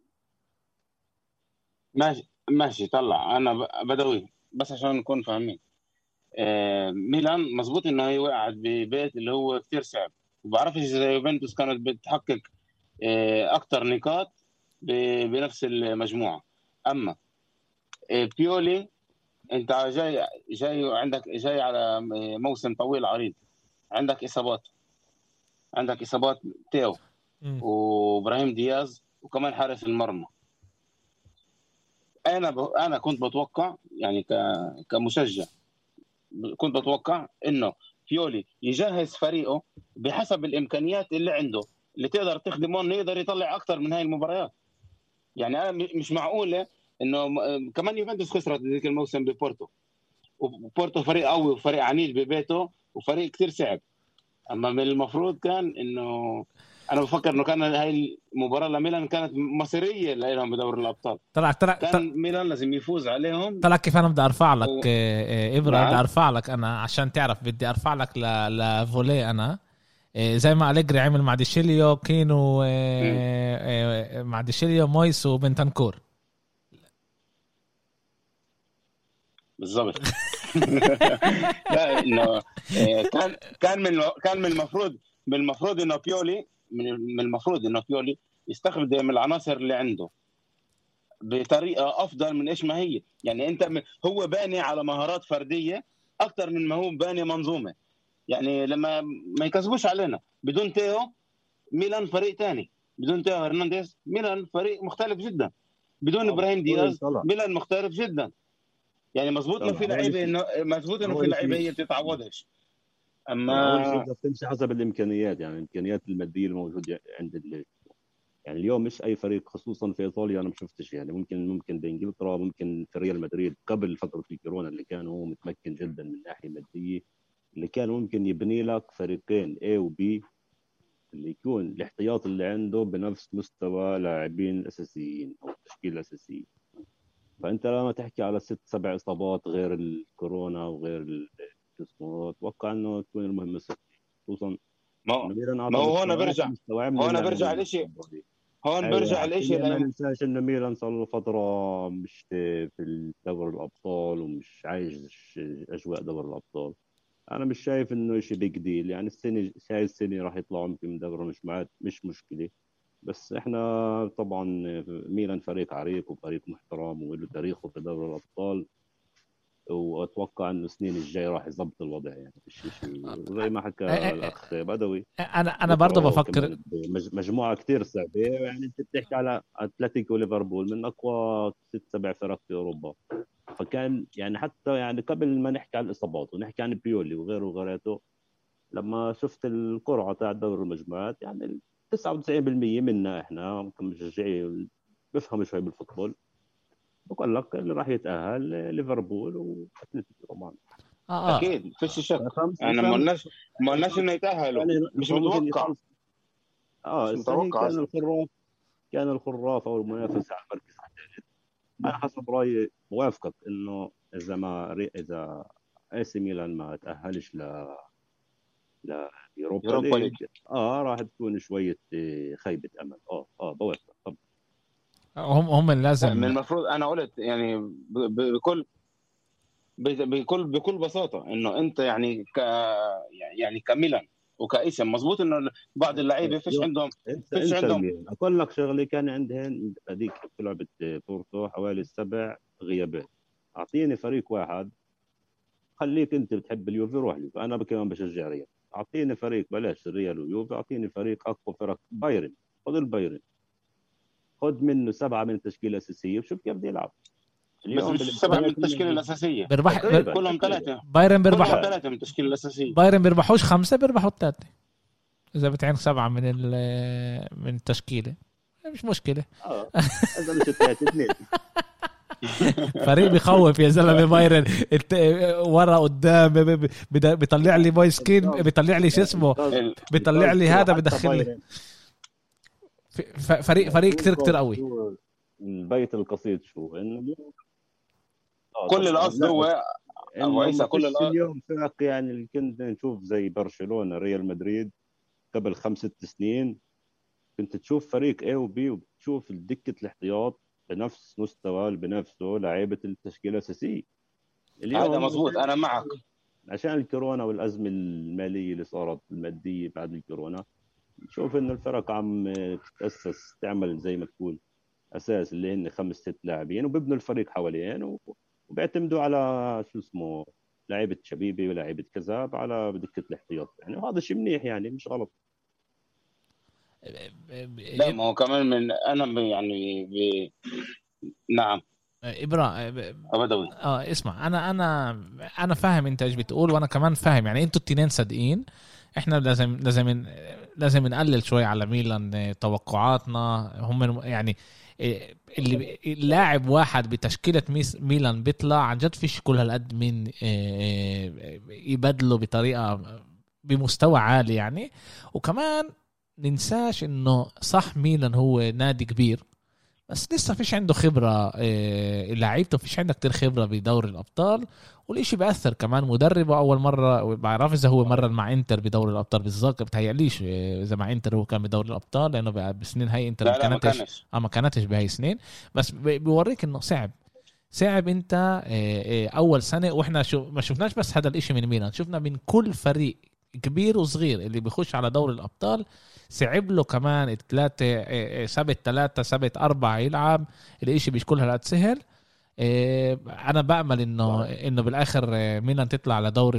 ماشي ماشي طلع انا ب- بدوي بس عشان نكون فاهمين. آه ميلان مظبوط انه هي وقعت ببيت اللي هو كتير صعب. وبعرفش اذا يوفنتوس كانت بتحقق آه اكتر نقاط ب- بنفس المجموعه. اما آه بيولي، انت جاي جاي عندك جاي على موسم طويل عريض. عندك اصابات، عندك اصابات تيو مم. وابراهيم دياز وكمان حارس المرمى. انا ب... انا كنت بتوقع يعني ك... كمشجع كنت بتوقع انه فيولي يجهز فريقه بحسب الامكانيات اللي عنده اللي تقدر تخدمه انه يقدر يطلع اكثر من هاي المباريات. يعني انا م- مش معقوله انه م- كمان يوفنتوس خسرت ذيك الموسم ببورتو. وبورتو فريق قوي وفريق عنيد ببيته وفريق كثير صعب. اما من المفروض كان انه انا بفكر انه كان هاي المباراه لميلان كانت مصيريه لهم بدوري الابطال. طلع طلع كان ميلان لازم يفوز عليهم. طلع كيف انا بدي ارفع لك و... آه، آه، ابره بدي نعم. ارفع لك انا عشان تعرف بدي ارفع لك ل... لفولي انا. آه، زي ما أليجري عمل مع ديشيليو كينو آه، م. آه، مع ديشيليو مويس وبنتنكور. بالضبط. لا انه آه، كان كان من كان من المفروض من المفروض انه بيولي من من المفروض انه بيولي يستخدم العناصر اللي عنده. بطريقه افضل من ايش ما هي. يعني انت م- هو باني على مهارات فرديه اكثر من ما هو باني منظومه. يعني لما ما يكذبوش علينا، بدون تيو ميلان فريق تاني، بدون تيو هرنانديز ميلان فريق مختلف جدا، بدون آه، ابراهيم هو دياز طلع ميلان مختلف جدا. يعني مزبوط انه طلع في هو لعيبه، مش انه مزبوط انه هو في مش لعيبه هي بتتعوضش. طلع هو مش اما بدها تمشي حسب الامكانيات، يعني الامكانيات الماديه الموجوده عند ال... يعني اليوم مش اي فريق، خصوصا في ايطاليا انا ما شفتش، يعني ممكن ممكن بانجلترا، ممكن في ريال مدريد قبل فتره الكورونا اللي كان هو متمكن جدا من الناحيه الماديه، اللي كان ممكن يبني لك فريقين A و B، اللي يكون الاحتياط اللي عنده بنفس مستوى لاعبين الاساسيين او التشكيله الاساسيه. فانت لما تحكي على ست سبع اصابات غير الكورونا وغير ال- شو اسمه، اتوقع انه تكون المهمه سهله، خصوصا ما انه ميلان ما اعطى هو هون مستوى برجع مستوى عمل هون اللاعبين برجع اللي الاشي بيصابوا. هون ايوه برجع الاشي حكينا، ما لأيم... ننساش انه ميلان صار له فتره مش في دوري الابطال ومش عايش اجواء دوري الابطال. انا مش شايف انه شيء بيج ديل، يعني السنه هاي السنه راح يطلعوا يمكن من دوري المجموعات، مش مشكله. بس احنا طبعا ميلان فريق عريق وفريق محترم وله تاريخه في دوري الابطال، واتوقع انه السنين الجاي راح يظبط الوضع، يعني مش شيء زي ما حكى الاخ بدوي. انا انا برضه بكره بفكر. كمان مجموعه كثير صعبه، يعني انت بتحكي على اتلتيكو وليفربول من اقوى ست سبع فرق في اوروبا. فكان يعني حتى يعني قبل ما نحكي عن الاصابات ونحكي عن بيولي وغيره وغيراته، لما شفت القرعه تاع دوري المجموعات، يعني تسعة وتسعين بالمئة منا احنا ممكن مشجعين بفهم شوي بالفوتبول، بقول لك اللي راح يتاهل ليفربول واتلتيكو طبعا. اه اه اكيد فيش شك. فخمس انا ما وخمس قلناش ما قلناش انه يتاهلوا، يعني مش ممكن متوقع يخلص. اه مش الصحيح متوقع كان اصلا. الخراف، كان الخراف او المنافس على المركز الثالث. انا حسب رايي موافقك انه اذا ما ري... اذا اي سي ميلان ما تاهلش ل ليوروبا يوروبا ليج. ليج، اه راح تكون شويه آه، خيبه امل. اه اه بوافق طب. هم هم اللي لا، من لازم. المفروض انا قلت يعني ب- ب- بكل ب- بكل بكل بساطه انه انت يعني ك يعني كميلان وكاسم، مظبوط انه بعض اللعيبه فيش اليوم عندهم انت فيش انت عندهم الميلان اقول لك شغله، كان عندهن هذيك في لعبه بورتو حوالي سبع غيابات. اعطيني فريق واحد، خليك انت بتحب اليوفي روح له، انا كمان بشجع ريال. اعطيني فريق بلاش ريال ويوفي، اعطيني فريق اقوى فرق، بايرن. خذ البايرن، خذ منه سبعه من التشكيله الاساسيه وشوف كيف بده يلعب بس اليوم مش سبعه من بالامكانيات التشكيله الموجوده. الاساسيه، بيربح بير- تقريبا كلهم تقريبا ثلاثه بايرن بيربح. كلهم ثلاثه من التشكيله الاساسيه. بايرن بيربحوش خمسة، بيربحوا ثلاثة إذا بتعين سبعة من ال- من التشكيلة، مش مشكلة. اه اذا مش الثلاثه اثنين. فريق بيخوف يا زلمة بايرن. الت- ورا قدام ب- ب- بد- بيطلع لي موي سكين، بيطلع لي شو اسمه، ال- بيطلع لي هذا، حتى بدخل لي بايرن. ف- فريق فريق كتير كتير قوي. شو البيت القصيد شو انه اليوم- آه كل طبعاً. القصد لا، هو ابو انه عيسى، ما كل فيش القصد اليوم فرق يعني اللي كنا نشوف زي برشلونه ريال مدريد قبل خمس ست سنين. كنت تشوف فريق A و B وبتشوف دكة الاحتياط بنفس مستوى اللي بنفسه لعيبة التشكيلة الأساسية. هذا اليوم مظبوط، انا معك. عشان الكورونا والأزمة المالية اللي صارت المادية بعد الكورونا، نشوف إنه الفرق عم تتأسس تعمل زي ما تقول أساس اللي هن خمس ست لاعبين وبيبنوا الفريق حوالين و- وبيعتمدوا على شو اسمه لعيبة شبيبة ولاعيبة كذا على دكة الاحتياط، يعني وهذا شيء منيح يعني مش غلط. لا، ما هو كمان من انا يعني ب... نعم ابرا ابدوي. اه اسمع، انا انا انا فاهم انت ايش بتقول، وانا كمان فاهم. يعني انتوا التنين صادقين، احنا لازم لازم لازم نقلل شوي على ميلان توقعاتنا. هم يعني اللي اللاعب واحد بتشكيلة ميلان بيطلع عن جد فيش كل هالقد من يبدله بطريقة بمستوى عالي يعني. وكمان ننساش انه صح ميلان هو نادي كبير، بس لسه فيش عنده خبرة. إيه لعيبته فيش عنده كتير خبرة بدوري الأبطال، والإشي بأثر كمان. مدربه أول مرة بعرف إذا هو مرة مع إنتر بدوري الأبطال بالظبط، بتهيأليش إذا مع إنتر هو كان بدوري الأبطال، لأنه بسنين هاي إنتر لا لا ما كانتش كانش آه ما كانتش بهاي سنين. بس بيوريك إنه صعب صعب انت إيه إيه اول سنة. واحنا شو ما شفناش بس هذا الاشي من ميلان، شفنا من كل فريق كبير وصغير اللي بيخش على دوري الأبطال صعب له كمان الثلاثة سبت ثلاثة سبت أربعة يلعب الاشي مش كلها لا تسهل. أنا بأمل إنه إنه بالآخر ميلان تطلع على دوري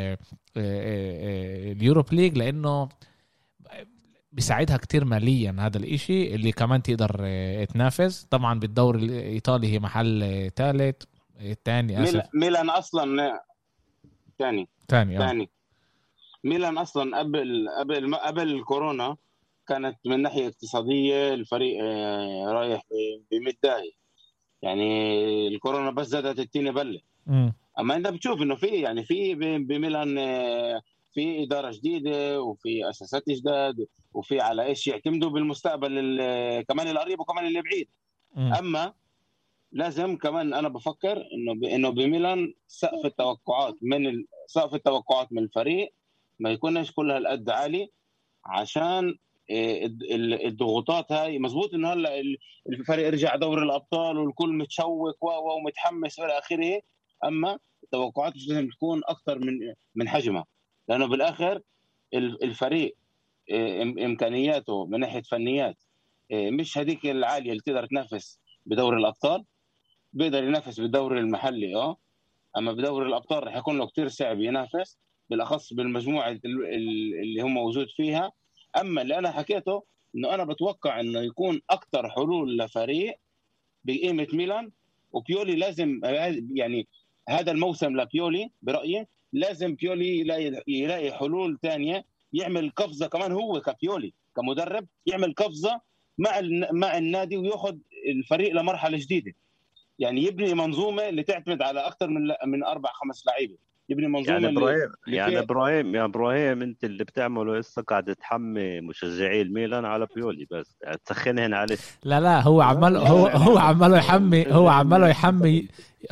اليوروب ليج لأنه بيساعدها كتير ماليا هذا الاشي اللي كمان تقدر تنافس. طبعا بالدوري الإيطالي هي محل ثالث الثاني ميل... ميلان أصلا ثاني ثاني ثاني ميلان أصلا قبل قبل قبل الكورونا كانت من ناحية اقتصادية الفريق رايح بمداهي يعني الكورونا بس زادت التين بلة. أما أنت بتشوف إنه في يعني في بميلان في إدارة جديدة وفي أساسات جداد وفي على إيش يعتمدوا بالمستقبل كمان القريب وكمان اللي بعيد. م. أما لازم كمان أنا بفكر إنه ب... إنه بميلان سقف التوقعات من سقف التوقعات من الفريق ما يكونش كلها القد عالي عشان الضغوطات هاي. مزبوط إنه هلا الفريق يرجع دوري الأبطال والكل متشوق ومتحمس إلى آخره، أما التوقعات لازم تكون أكتر من من حجمها لأنه بالآخر الفريق إمكانياته من ناحية فنيات مش هذيك العالية اللي تقدر تنافس بدوري الأبطال. بيقدر ينافس بالدوري المحلي اه اما بدوري الابطال رح يكون له كتير صعب ينافس بالاخص بالمجموعه اللي هم موجود فيها. اما اللي انا حكيته انه انا بتوقع انه يكون اكتر حلول لفريق بقيمه ميلان وبيولي لازم يعني هذا الموسم لبيولي برايي لازم بيولي يلاقي, يلاقي حلول تانية يعمل قفزه كمان هو كبيولي كمدرب يعمل قفزه مع مع النادي وياخذ الفريق لمرحله جديده يعني يبني منظومه اللي تعتمد على اكثر من من اربع خمس لعيبه يبني منظومه يعني ابراهيم اللي يعني ابراهيم يا ابراهيم انت اللي بتعمله هسه قاعد تحمي مشجعي الميلان على بيولي بس تسخنهن عليه. لا لا هو عمال هو هو عماله يحمي هو عماله يحمي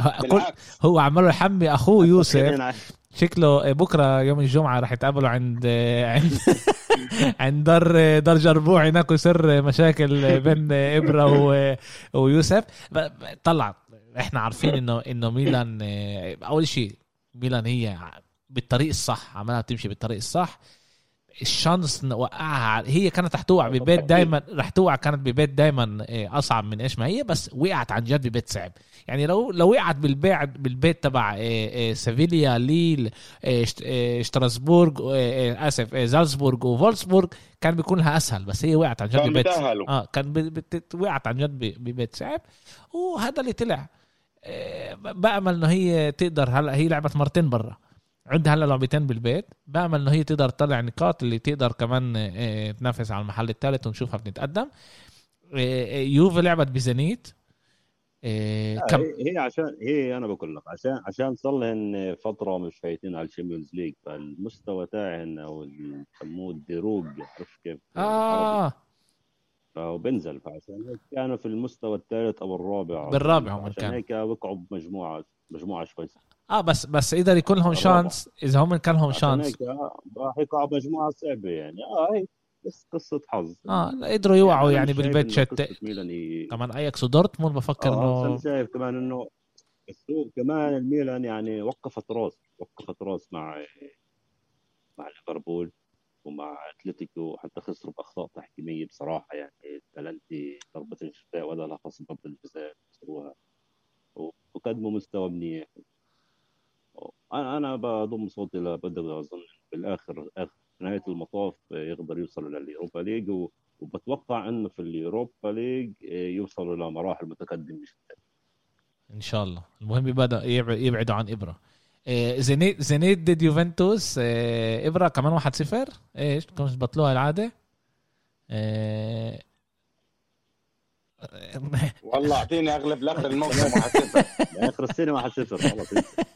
هو عماله يحمي اخوه يوسف. شكله بكره يوم الجمعه راح يتقابلوا عند عند عند دار دار جربوع هناك ويصير مشاكل بين إبرة ويوسف. طلع احنا عارفين انه انه ميلان اول شيء ميلان هي بالطريق الصح عمالها تمشي بالطريق الصح. الشانس نوقعها هي كانت رح توقع ببيت دايما رح توقع كانت ببيت دايما اصعب من ايش ما هي بس وقعت عن جد ببيت صعب يعني لو لو وقعت بالبيع بالبيت تبع سيفيليا ليل شتراسبورغ اسف زالزبورغ وفولسبورغ كان بيكون لها اسهل بس هي وقعت عن جد ببيت اه كان وقعت عن جد ببيت صعب وهذا اللي طلع. بأمل انه هي تقدر هلا هي لعبت مرتين برا عندها هلا لعبتين بالبيت بأمل انه هي تقدر تطلع نقاط اللي تقدر كمان اه تنافس على المحل الثالث ونشوفها بنتقدم. اه يوفي لعبت بزنيت اه كم هي عشان هي انا بقول لك عشان عشان صار لهن فتره مش فايتين على الشامبيونز ليج فالمستوى تاعهن او يسموه الدروج عارف كيف اه وبنزل فعشان هيك كانوا في المستوى الثالث او الرابع بالرابع هم عشان هيك وقعوا بمجموعه مجموعه شوي اه بس بس اذا يكون لهم شانس اذا هم كان لهم شانس راح يقعوا مجموعه صعبه يعني اه هي بس قصه حظ اه قدروا يوعوا يعني, يعني بالبيت شت ي... كمان اياكس ودورتموند بفكر آه انه شايف كمان انه السوق كمان الميلان يعني وقفت راس وقفت راس مع مع ليفربول ومع اتلتيكو حتى خسروا باخطاء تحكيميه بصراحه يعني بلنتي ضربه الجزاء ولا لا خاصه ضربه الجزاء خسروها وقدموا مستوى منيح. انا انا بضم صوتي لبدر اظن بالاخر اخر نهايه المطاف يقدر يوصلوا لليوروبا ليج وبتوقع انه في اليوروبا ليج يوصلوا لمراحل متقدمه جدا ان شاء الله. المهم بدا يبعدوا عن ابره. زينيت زينيت ضد يوفنتوس ابره كمان واحد صفر ايش كم بطلوها العاده والله اعطيني اغلب لاخر الموسم واحد صفر اخر السنه واحد صفر خلاص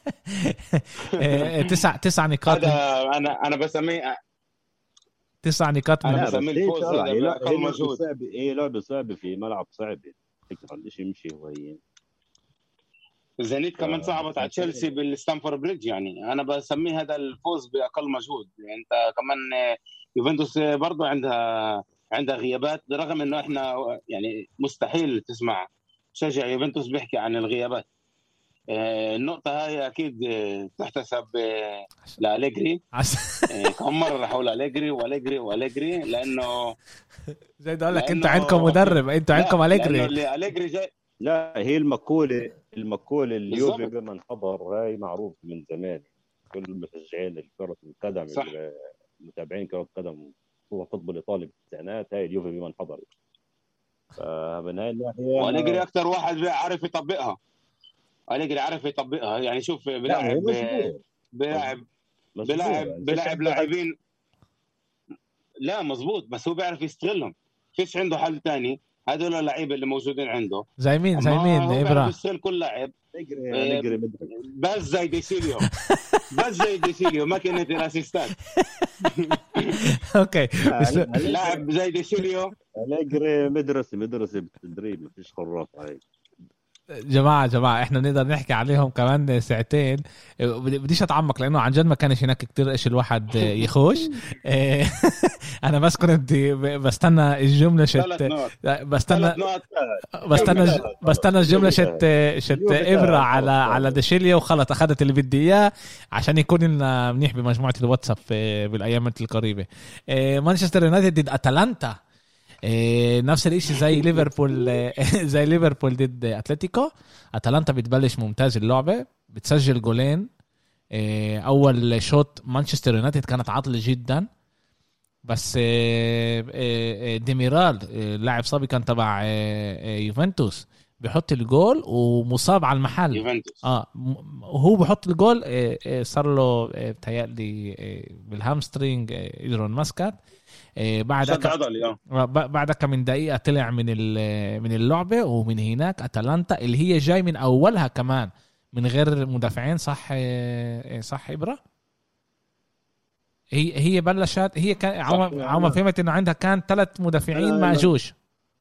تسع تسع نقاط هذا انا انا بسميه تسع نقاط انا بسميه الفوز هذا باقل مجهود. هي لعبه صعبه في ملعب صعب فكره الشيء يمشي وهي زينيت كمان صعبت على تشيلسي بالستانفورد بريدج يعني انا بسميه هذا الفوز باقل مجهود. يعني انت كمان يوفنتوس برضو عندها عندها غيابات رغم انه احنا يعني مستحيل تسمع شجع يوفنتوس بيحكي عن الغيابات النقطة هاي أكيد تحتسب لأليجري. عس- كم مرة راح أقول أليجري وأليجري وأليجري لأنه زي ده اقول لك انتوا لأنه عندكم مدرب، انتوا عندكم لا لأنه أليجري. اللي أليجري جاي لا، هي المقولة المقولة اليوفي بالضبط. بمن حضر هاي معروف من زمان. كل المشجعين كرة القدم، صح. المتابعين كرة القدم خصوصا الفوتبول الإيطالي في التسعينات، هاي اليوفي بمن حضر. فمن هاي الناحية وأليجري أنا أكتر واحد عارف يطبقها. أليجري عارف يطبقها، يعني شوف لا، هو بلاعب مجبور بلاعب مجبور بلاعب يعني فيش بلاعب عنده حل. لاعبين. لا مزبوط، بس هو بيعرف يستغلهم، فيش عنده حل تاني. هذول اللعيبه اللي موجودين عنده، زي مين زي ما مين هو بيعرف ابرا؟ يستغل كل لاعب. أليجري إيه، أليجري مدرك. بس زي ديسيليو بس زي ديسيليو ماكينه الاسيستات. اوكي لا، بس أليجري لاعب زي ديسيليو. أليجري مدرسة مدرسة بالتدريب، ما فيش خراف عليه. جماعة جماعة احنا نقدر نحكي عليهم كمان ساعتين. بدي- بديش اتعمق لانه عن جد ما كانش هناك كتير ايش الواحد يخوش. إيه، انا بس كنت بستنى الجملة شت ثلاث نقط بستنى ثلاث نقط بستنى بستنى الجملة شت شت اليوفي ابرة سهل، على خلص على سهل. ديشيليا وخلص اخذت اللي بدي اياه عشان يكون لنا منيح بمجموعة الواتساب في- بالايام القريبة. إيه، مانشستر يونايتد ضد اتلانتا. إيه، نفس الاشي زي ليفربول زي ليفربول ضد اتلتيكو. اتلانتا بتبلش ممتاز اللعبة، بتسجل جولين. إيه، اول شوط مانشستر يونايتد كانت عاطلة جدا، بس إيه، إيه، ديميرال إيه، لاعب صبي كان تبع إيه، إيه، يوفنتوس بيحط الجول ومصاب على المحل. يوفنتوس. اه م- وهو بحط الجول إيه، إيه، صار له إيه، بتهيألي إيه، بالهامسترينج إيه، ايرون ماسكات. إيه، بعد شد أك... عضلي. اه ب- بعد كم من دقيقة طلع من ال- من اللعبة. ومن هناك أتلانتا اللي هي جاي من أولها كمان من غير مدافعين، صح إيه، صح إبرة. هي هي بلشت، هي كان صح. عم عم فهمت إنه عندها كان ثلاث مدافعين أنا مع أنا جوش.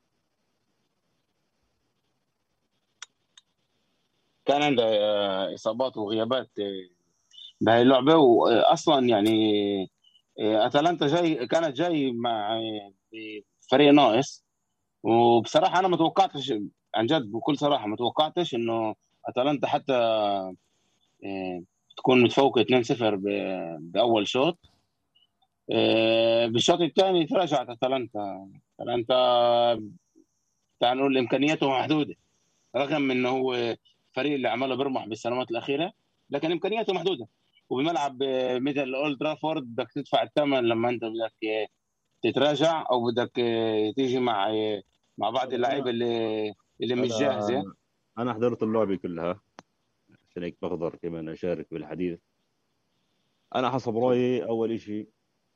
كان عنده آه، اصابات وغيابات آه، بهاي اللعبه. واصلا يعني آه، اتلانتا جاي كانت جاي مع آه، فريق ناقص. وبصراحه انا ما توقعتش، عن جد بكل صراحه ما توقعتش انه اتلانتا حتى آه، تكون متفوقه اثنين صفر ب- باول شوط. آه، بالشوط الثاني تراجعت اتلانتا. اتلانتا تعال نقول امكانياته محدوده، رغم انه هو الفريق اللي عمله بيرمح بالسنوات الاخيره، لكن امكانياته محدوده. وبملعب آه، مثل اولد ترافورد بدك تدفع الثمن لما انت بدك آه، تتراجع، او بدك آه، تيجي مع آه، مع بعض اللعيبه أنا اللي اللي مش جاهزه. أنا أنا حضرت اللعبة كلها، عشان هيك بقدر كمان أشارك بالحديث. أنا حسب رأيي أول إشي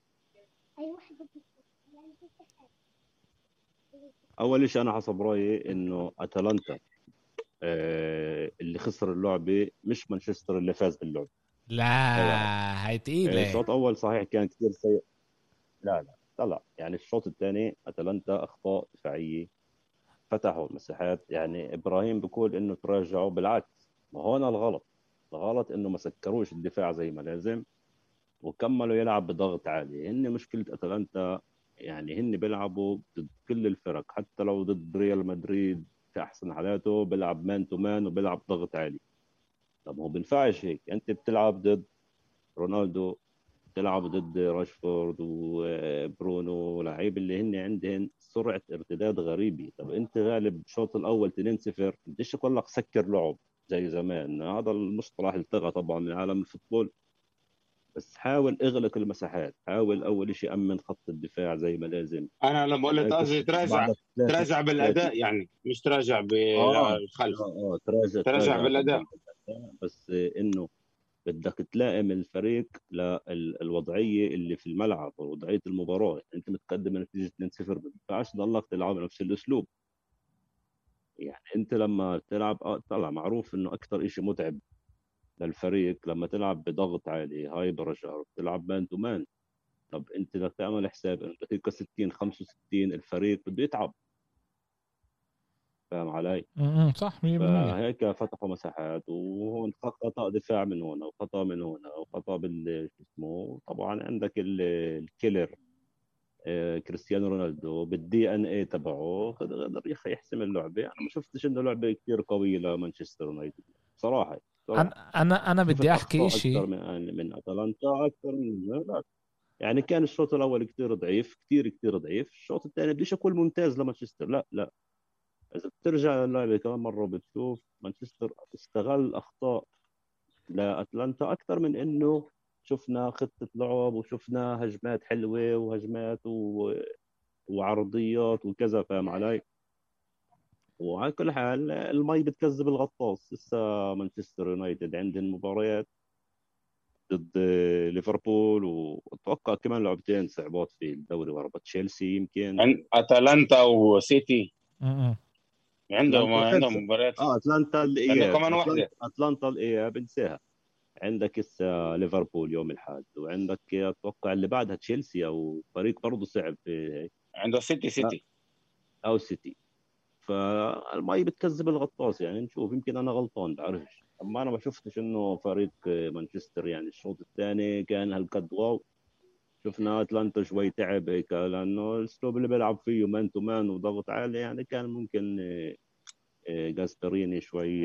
أول إشي أنا حسب رأيي إنه أتلانتا آه اللي خسر اللعبة، مش مانشستر اللي فاز باللعبة. لا هاي واحد. هاي آه، تقيلة. الشوط الأول صحيح كان كثير سيء. لا لا طلع يعني الشوط الثاني أتلانتا أخطاء دفاعية، فتحوا مساحات. يعني إبراهيم بيقول إنه تراجعوا، بالعكس، ما هون الغلط. الغلط إنه ما سكروش الدفاع زي ما لازم وكملوا يلعب بضغط عالي. هن مشكلة أتلانتا، يعني هن بيلعبوا ضد كل الفرق، حتى لو ضد ريال مدريد في أحسن حالاته بيلعب مان تو مان وبيلعب ضغط عالي. طب هو بينفعش هيك، أنت بتلعب ضد رونالدو، بتلعب ضد راشفورد وبرونو، لعيب اللي هن عندهن سرعة ارتداد غريبة. طب أنت غالب الشوط الأول اثنين صفر، بديش أقول لك سكر لعب زي زمان، هذا المصطلح التغى طبعا من عالم الفوتبول، بس حاول اغلق المساحات، حاول اول شيء امن خط الدفاع زي ما لازم. انا لما يعني قلت هاي قصدي قصه تراجع، بعد ثلاثه تراجع ثلاثه بالاداء، يعني مش تراجع اه بالخلف، اه اه تراجع تراجع تراجع طبعا بالاداء. بالأداء، بس انه بدك تلائم الفريق للوضعيه اللي في الملعب ووضعيه المباراه. انت متقدم نتيجه اثنين صفر، ما ينفعش تضلك تلعب نفس الاسلوب. يعني انت لما تلعب آه طلع معروف انه اكثر شيء متعب للفريق لما تلعب بضغط عالي، هاي برشا تلعب مان تو مان. طب انت بدك تعمل حساب انه دقيقه ستين خمسة وستين الفريق بده يتعب، فاهم علي؟ م- م، صح مية بالمية. فهيك فتحوا مساحات، وهون خطا دفاع من هنا وخطا من هنا وخطا بال شو اسمه. طبعا عندك ال- الكيلر آه، كريستيانو رونالدو بالدي ان اي تبعه قدر قدر يا اخي يحسم اللعبه. انا ما شفتش انه لعبه كثير قويه لمانشستر يونايتد. صراحه, صراحة. انا انا انا بدي احكي اكثر شيء من من اتلانتا اكثر من لا. يعني كان الشوط الاول كثير ضعيف, كثير كثير ضعيف. الشوط الثاني بديش اقول ممتاز لمانشستر, لا لا. اذا بترجع للعبه كمان مره بتشوف مانشستر استغل اخطاء لاتلانتا اكثر من انه شفنا خطه لعب وشفنا هجمات حلوه وهجمات و... وعرضيات وكذا, فاهم علي؟ وعلى كل حال المي بتكذب الغطاس. لسه مانشستر يونايتد عند المباريات ضد ليفربول, واتوقع كمان لعبتين صعبات في الدوري ورا تشيلسي يمكن, عند اتلانتا وسيتي م- م. عندهم أتلانتا عندهم مباريات اه اتلانتا عندهم الاياب, كمان واحده. اتلانتا, أتلانتا الاياب انساها. عندك لسه ليفربول يوم الاحد, وعندك اتوقع اللي بعدها تشيلسي او فريق برضه صعب في عنده سيتي سيتي او سيتي. فالمي بتكذب الغطاس. يعني نشوف, يمكن انا غلطان بعرفش, اما انا ما شفتش انه فريق مانشستر يعني الشوط الثاني كان هالقد واو. شفنا اتلانتا شوي تعب هيك, لانه الاسلوب اللي بيلعب فيه مان تو مان وضغط عالي, يعني كان ممكن جاسبريني شوي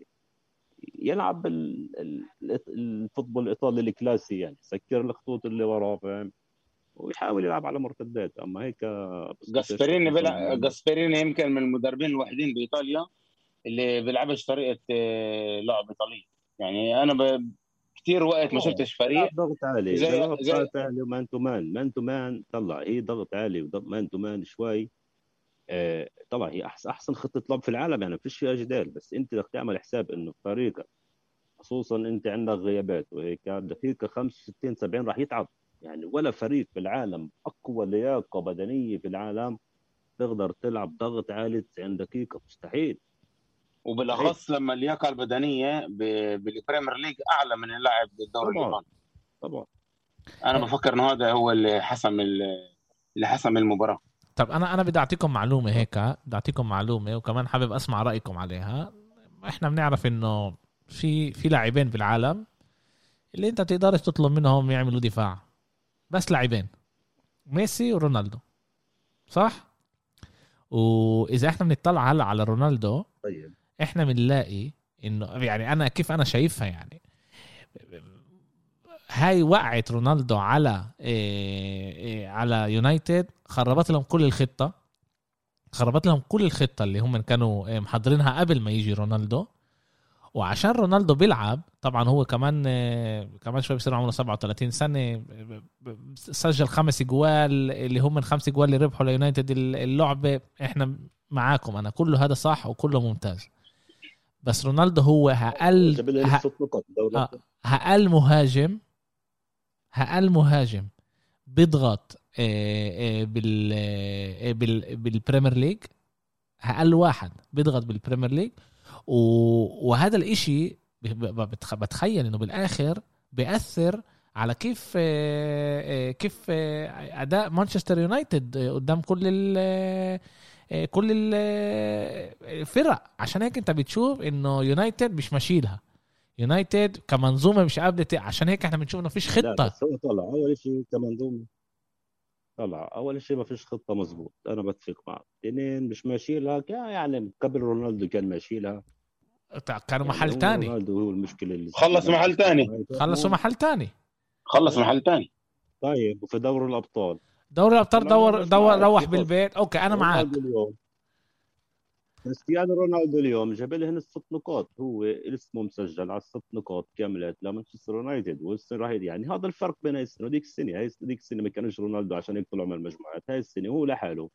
يلعب الفوتبول الايطالي الكلاسي, يعني سكر الخطوط اللي وراه, فاهم, ويحاول يلعب على مرتدات. اما هيك جاسبريني بيلعب جاسبريني يمكن من المدربين الوحيدين بايطاليا اللي بيلعبش طريقه لعب ايطالي. يعني انا ب... كثير وقت ما شفتش فريق ضغط عالي زي ضغط زي عالي ومان تو مان مان تو مان طلع هي ضغط عالي ومان تو مان شوي. آه طبعا هي احسن احسن خطه لعب في العالم, يعني ما فيش فيها جدال. بس انت بدك تعمل حساب انه فريقك خصوصا انت عندك غيابات وهيك دقيقه خمسة وستين سبعين راح يتعب. يعني ولا فريق في العالم اقوى لياقه بدنيه في العالم تقدر تلعب ضغط عالي تسعين دقيقه, مستحيل. وبالاخص لما اللياقه البدنيه بالبريمير ليج اعلى من اللاعب بالدوري طبعا الايطالي. طبعا انا بفكر انه هذا هو اللي حسم اللي حسم المباراه. طب انا انا بدي اعطيكم معلومه هيك, بدي اعطيكم معلومه وكمان حابب اسمع رايكم عليها. احنا بنعرف انه في في لاعبين بالعالم اللي انت تقدرش تطلب منهم يعملوا دفاع, بس لاعبين, ميسي ورونالدو, صح؟ واذا احنا بنطلع هلا على رونالدو, طيب احنا بنلاقي انه يعني انا كيف انا شايفها, يعني هاي وقعت رونالدو على إيه إيه على يونايتد, خربت لهم كل الخطة, خربت لهم كل الخطة اللي هم كانوا إيه محضرينها قبل ما يجي رونالدو. وعشان رونالدو بيلعب طبعا هو كمان إيه كمان شوي بيصير عمره سبعة وثلاثين سنة, سجل خمس جوال اللي هم من خمس جوال اللي ربحوا ليونايتد اللعبة. احنا معاكم, انا كله هذا صح وكله ممتاز, بس رونالدو هو هقل ه... هقل مهاجم هقل مهاجم بيضغط بال بال بالبريمير ليج, هقل واحد بيضغط بالبريمير ليج. وهذا الاشي بتخيل انه بالاخر بيأثر على كيف كيف اداء مانشستر يونايتد قدام كل ال كل الفرق. عشان هيك انت بتشوف انه يونايتد مش ماشيلها, يونايتد كمنظومه مش قابله, عشان هيك احنا بنشوف انه فيش خطه. لا بس هو طلع اول شيء كمنظومه, طلع اول شيء ما فيش خطه مزبوط, انا بتفق معك. اثنين مش ماشي لها, يعني قبل رونالدو كان ماشي لها, كانوا يعني محل هو تاني. رونالدو هو المشكله اللي خلص محل تاني خلصوا محل تاني خلص محل تاني طيب وفي دوري الابطال دوري الابطال دور دور روح بالبيت. اوكي انا معك. كريستيانو رونالدو اليوم جاب لهن الست نقاط, هو اسمه مسجل على الست نقاط كاملات لمانشستر يونايتد. والسنه راح يعني هذا الفرق بين هاي السنه وديك السنه. هاي ديك السنه ما كانش رونالدو عشان هيك طلعوا من المجموعات, هاي السنه هو لحاله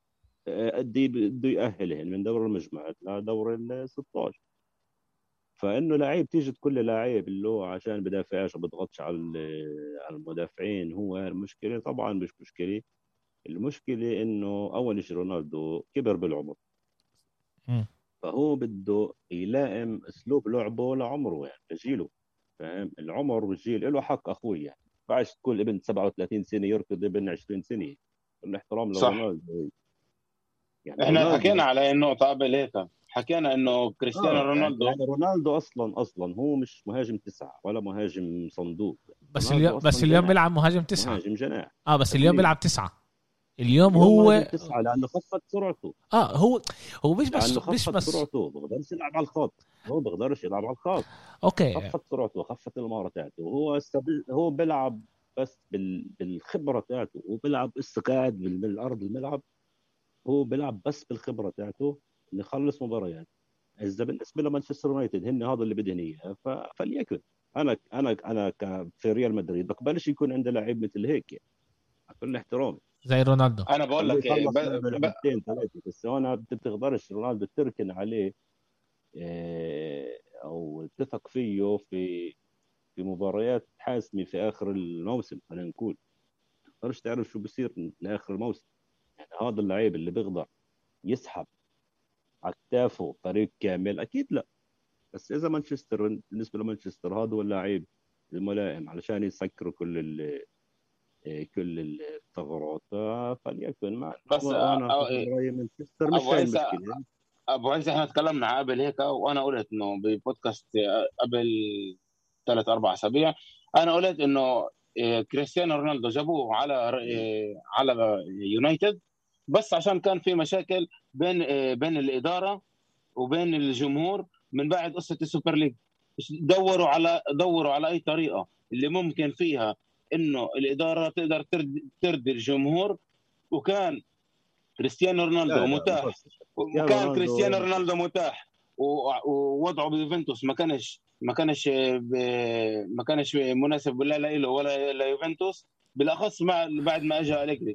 قد بده يأهلهن من دور المجموعات لدور ال ستاشر. فانه لعيب تيجي كل لاعب اللي هو عشان بدافعش وبضغطش على على المدافعين, هو المشكله طبعا مش مشكله. المشكله انه اول شيء رونالدو كبر بالعمر, م. فهو بده يلائم اسلوب لعبه لعمره, يعني لجيله, فاهم. العمر والجيل له حق اخوي, يعني بعش تكون ابن سبعة وثلاثين سنه يركض ابن عشرين سنه, الاحترام لرونالدو. يعني احنا رونالدو حكينا على النقطه قبل هيك, حكينا انه كريستيانو آه رونالدو يعني رونالدو اصلا اصلا هو مش مهاجم تسعه ولا مهاجم صندوق, بس اليوم بس اليوم بيلعب مهاجم تسعه, مهاجم جناح. اه بس اليوم بيلعب تسعه. اليوم هو تسعة لانه خفت سرعته. اه هو هو مش بس مش بس سرعته بقدرش يلعب على الخط، هو بقدرش يلعب على الخط. اوكي خفت سرعته، خفت المهاره تاعته. هو استبل... هو بيلعب بس بال... بالخبره تاعته، هو بيلعب استقاعد بالارض الملعب، هو بيلعب بس بالخبره تاعته انه يخلص مباريات. اذا بالنسبه لمانشستر يونايتد هن هذا اللي بدهن اياه ف... فليكن. انا انا انا ك... في ريال مدريد بقبلش يكون عنده لاعب مثل هيك يعني. كل احترامي زي رونالدو. انا بقول لك ب... لعبتين ثلاثه بس هون بتقدرش رونالدو تركن عليه إيه... او تثق فيه في في مباريات حاسمه في اخر الموسم. خلينا نقول ما تقدرش تعرف شو بصير لاخر الموسم. يعني هذا اللعيب اللي بيقدر يسحب على كتافه فريق كامل اكيد لا. بس اذا مانشستر بالنسبه لمانشستر هذا هو اللاعب الملائم علشان يسكروا كل ال كل الثغرات فليكن. مع بس انا رايي مانشستر مش هاي المشكله. ابو عز احنا تكلمنا قبل هيك وانا قلت انه ببودكاست قبل ثلاث اربع اسابيع انا قلت انه كريستيانو رونالدو جابوه على على يونايتد بس عشان كان في مشاكل بين بين الاداره وبين الجمهور من بعد قصه السوبر ليج. دوروا على دوروا على اي طريقه اللي ممكن فيها انه الاداره تقدر ترضي الجمهور، وكان كريستيانو رونالدو متاح وكان كريستيانو رونالدو متاح ووضعه بيوفنتوس ما كانش ما كانش ما كانش مناسب لا له ولا ليوفنتوس بالاخص مع بعد ما اجى أليجري.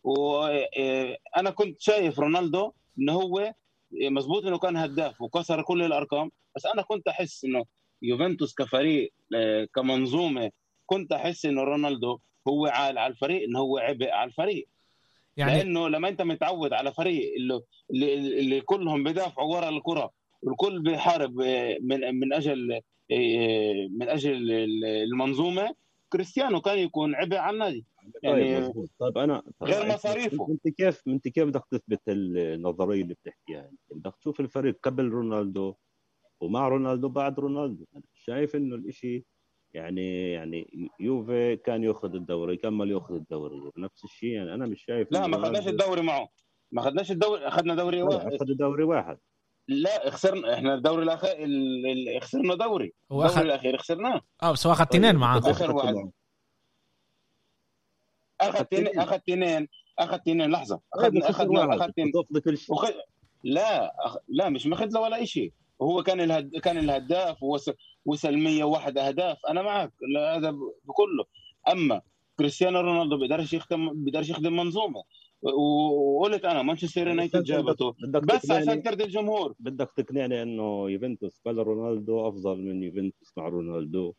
وانا كنت شايف رونالدو انه هو مزبوط انه كان هداف وكسر كل الارقام، بس انا كنت احس انه يوفنتوس كفريق كمنظومه كنت احس انه رونالدو هو عال على الفريق، انه هو عبء على الفريق. يعني لانه لما انت متعود على فريق اللي, اللي كلهم بيدافعوا ورا الكره والكل بيحارب من من اجل من اجل المنظومه، كريستيانو كان يكون عبء على النادي يعني. طيب, طيب انا غير مصاريفه. انت كيف انت كيف بدك تثبت النظريه اللي بتحكيها؟ بدك تشوف الفريق قبل رونالدو ومع رونالدو بعد رونالدو. انا شايف انه الاشي يعني يعني يوفي كان ياخذ الدوري كمل ياخذ الدوري نفس الشيء. يعني انا مش شايف لا ما خدناش الدوري معه، ما خدناش الدوري، اخذنا دوري واحد. اخذ دوري واحد لا خسرنا احنا الدوري الاخير اللي خسرنا دوري الدوري أخ... الاخير خسرناه. اه بس اخذ اثنين معاه اخر واحد اخذ اثنين اخذ اثنين اخذ اثنين لحظه اخذنا اخذنا اخذ اثنين وخ... لا أخ... لا مش ماخذ له ولا شيء. وهو كان الهد... كان الهداف ووصل وصل مية وواحد اهداف. انا معك هذا بكله. اما كريستيانو رونالدو بيقدرش يخدم بيقدرش يخدم منظومه. وقلت انا مانشستر يونايتد جابته بس عشان ترضي الجمهور. بدك تقنعني انه يوفنتوس بلا رونالدو افضل من يوفنتوس مع رونالدو؟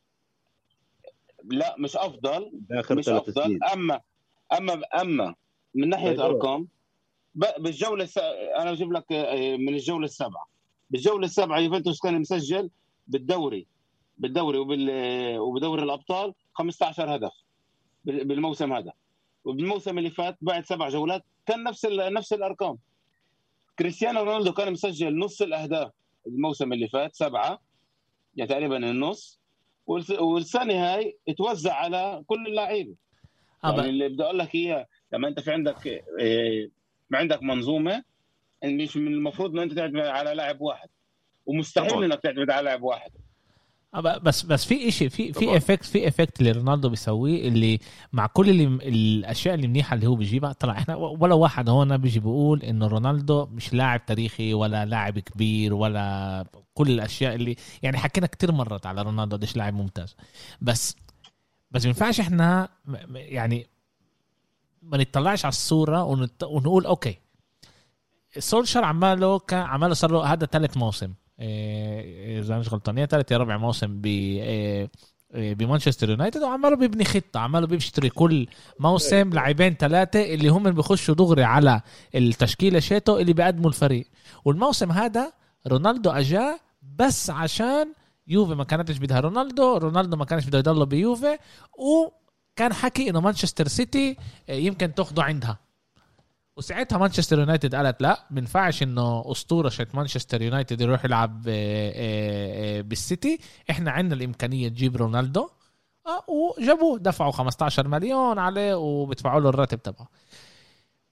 لا مش افضل مش افضل سنين. اما اما اما من ناحيه ارقام بالجوله الس... انا اجيب لك من الجوله السابعه. بالجوله السابعه يوفنتوس كان مسجل بالدوري بالدوري وبال وبدوري الابطال خمسة عشر هدف بالموسم هذا. وبالموسم اللي فات بعد سبع جولات كان نفس ال... نفس الارقام. كريستيانو رونالدو كان مسجل نص الاهداف الموسم اللي فات سبعه يعني تقريبا النص. والسنه هاي اتوزع على كل اللاعبين. يعني اللي بدي اقول لك اياه لما انت في عندك إيه ما عندك منظومه مش من المفروض ان انت تعتمد على لاعب واحد ومستحيل طبعا. انك تعتمد على لاعب واحد. بس بس في شيء في في افكت في افكت اللي رونالدو بيسويه اللي مع كل اللي الاشياء اللي منيحه اللي هو بيجيبها. طلع احنا ولا واحد هون بيجي بيقول انه رونالدو مش لاعب تاريخي ولا لاعب كبير ولا كل الاشياء اللي يعني حكينا كتير مرات على رونالدو قديش لاعب ممتاز. بس بس ما ينفعش احنا يعني ما نطلعش على الصوره ونت... ونقول اوكي سولشر عماله كان عماله صار له هذا ثالث موسم اذا مش غلطان ثالث يا رابع موسم ب بمانشستر يونايتد وعماله بيبني خطه عماله بيشتري كل موسم لاعبين ثلاثه اللي هم بيخشوا دغري على التشكيله شيتو اللي بيقدموا الفريق. والموسم هذا رونالدو اجا بس عشان يوفي ما كانتش بدها رونالدو رونالدو ما كانش بده يضل بيوفي وكان حكي انه مانشستر سيتي يمكن تاخده عندها. وساعتها مانشستر يونايتد قالت لا بنفعش انه اسطوره شت مانشستر يونايتد يروح يلعب بالسيتي. احنا عندنا الامكانيه تجيب رونالدو اه وجابوه دفعوا خمسة عشر مليون عليه وبدفعوا له الراتب تبعه.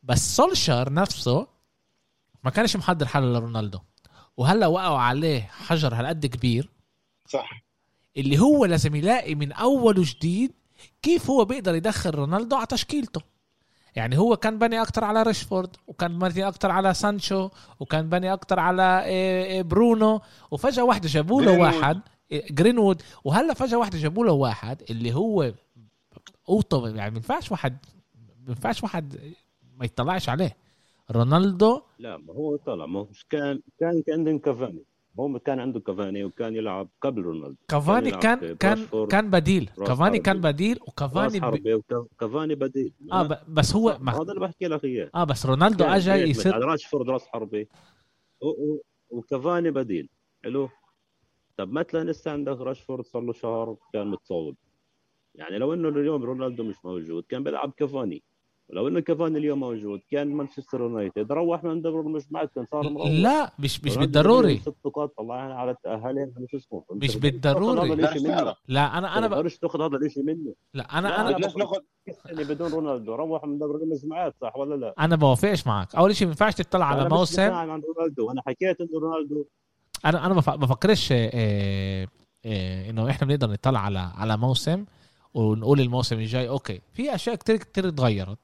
بس سولشار نفسه ما كانش محضر حاله لرونالدو، وهلا وقعوا عليه حجر هالقد كبير صح، اللي هو لازم يلاقي من اول وجديد كيف هو بيقدر يدخل رونالدو على تشكيلته. يعني هو كان بني اكتر على راشفورد، وكان بني اكتر على سانشو، وكان بني اكتر على برونو، وفجأة واحدة جابوا له واحد جرينوود، وهلا فجأة واحدة جابوا له واحد اللي هو اوطى. يعني ما ينفعش واحد ما ينفعش واحد ما يطلعش عليه رونالدو. لا ما هو طلع، ما هو مش كان كان عندهم كافاني، هو كان عنده كافاني وكان يلعب قبل رونالدو. كافاني كان كان كان بديل، كافاني كان بديل، وكافاني ب... كافاني بديل. اه ب... بس هو ما هذا اللي بحكي لك اياه. اه بس رونالدو اجى يصير على راشفورد راس حربي و... و... وكافاني بديل حلو. طب مثلا لسه عندك راشفورد صار له شهر كان متصاب، يعني لو انه اليوم رونالدو مش موجود كان بيلعب كافاني، ولو انه كافاني اليوم موجود كان مانشستر يونايتد روح من دوري المجموعات كان صار مروح. لا مش مش بالضروري ست نقاط طلعنا على تاهلين على شو اسمه، مش بالضروري. لا انا انا بقدرش تاخذ هذا الشيء منه. لا انا لا انا بدناش ناخذ السنه بدون رونالدو روح من دوري المجموعات، صح ولا لا؟ انا بوافقش معك. اول شيء ما ينفعش تطلع على موسم عن رونالدو. انا حكيت انه رونالدو، انا انا ما بفكرش إيه إيه انه احنا بنقدر نطلع على على موسم ونقول الموسم الجاي اوكي في اشياء كتير كتير اتغيرت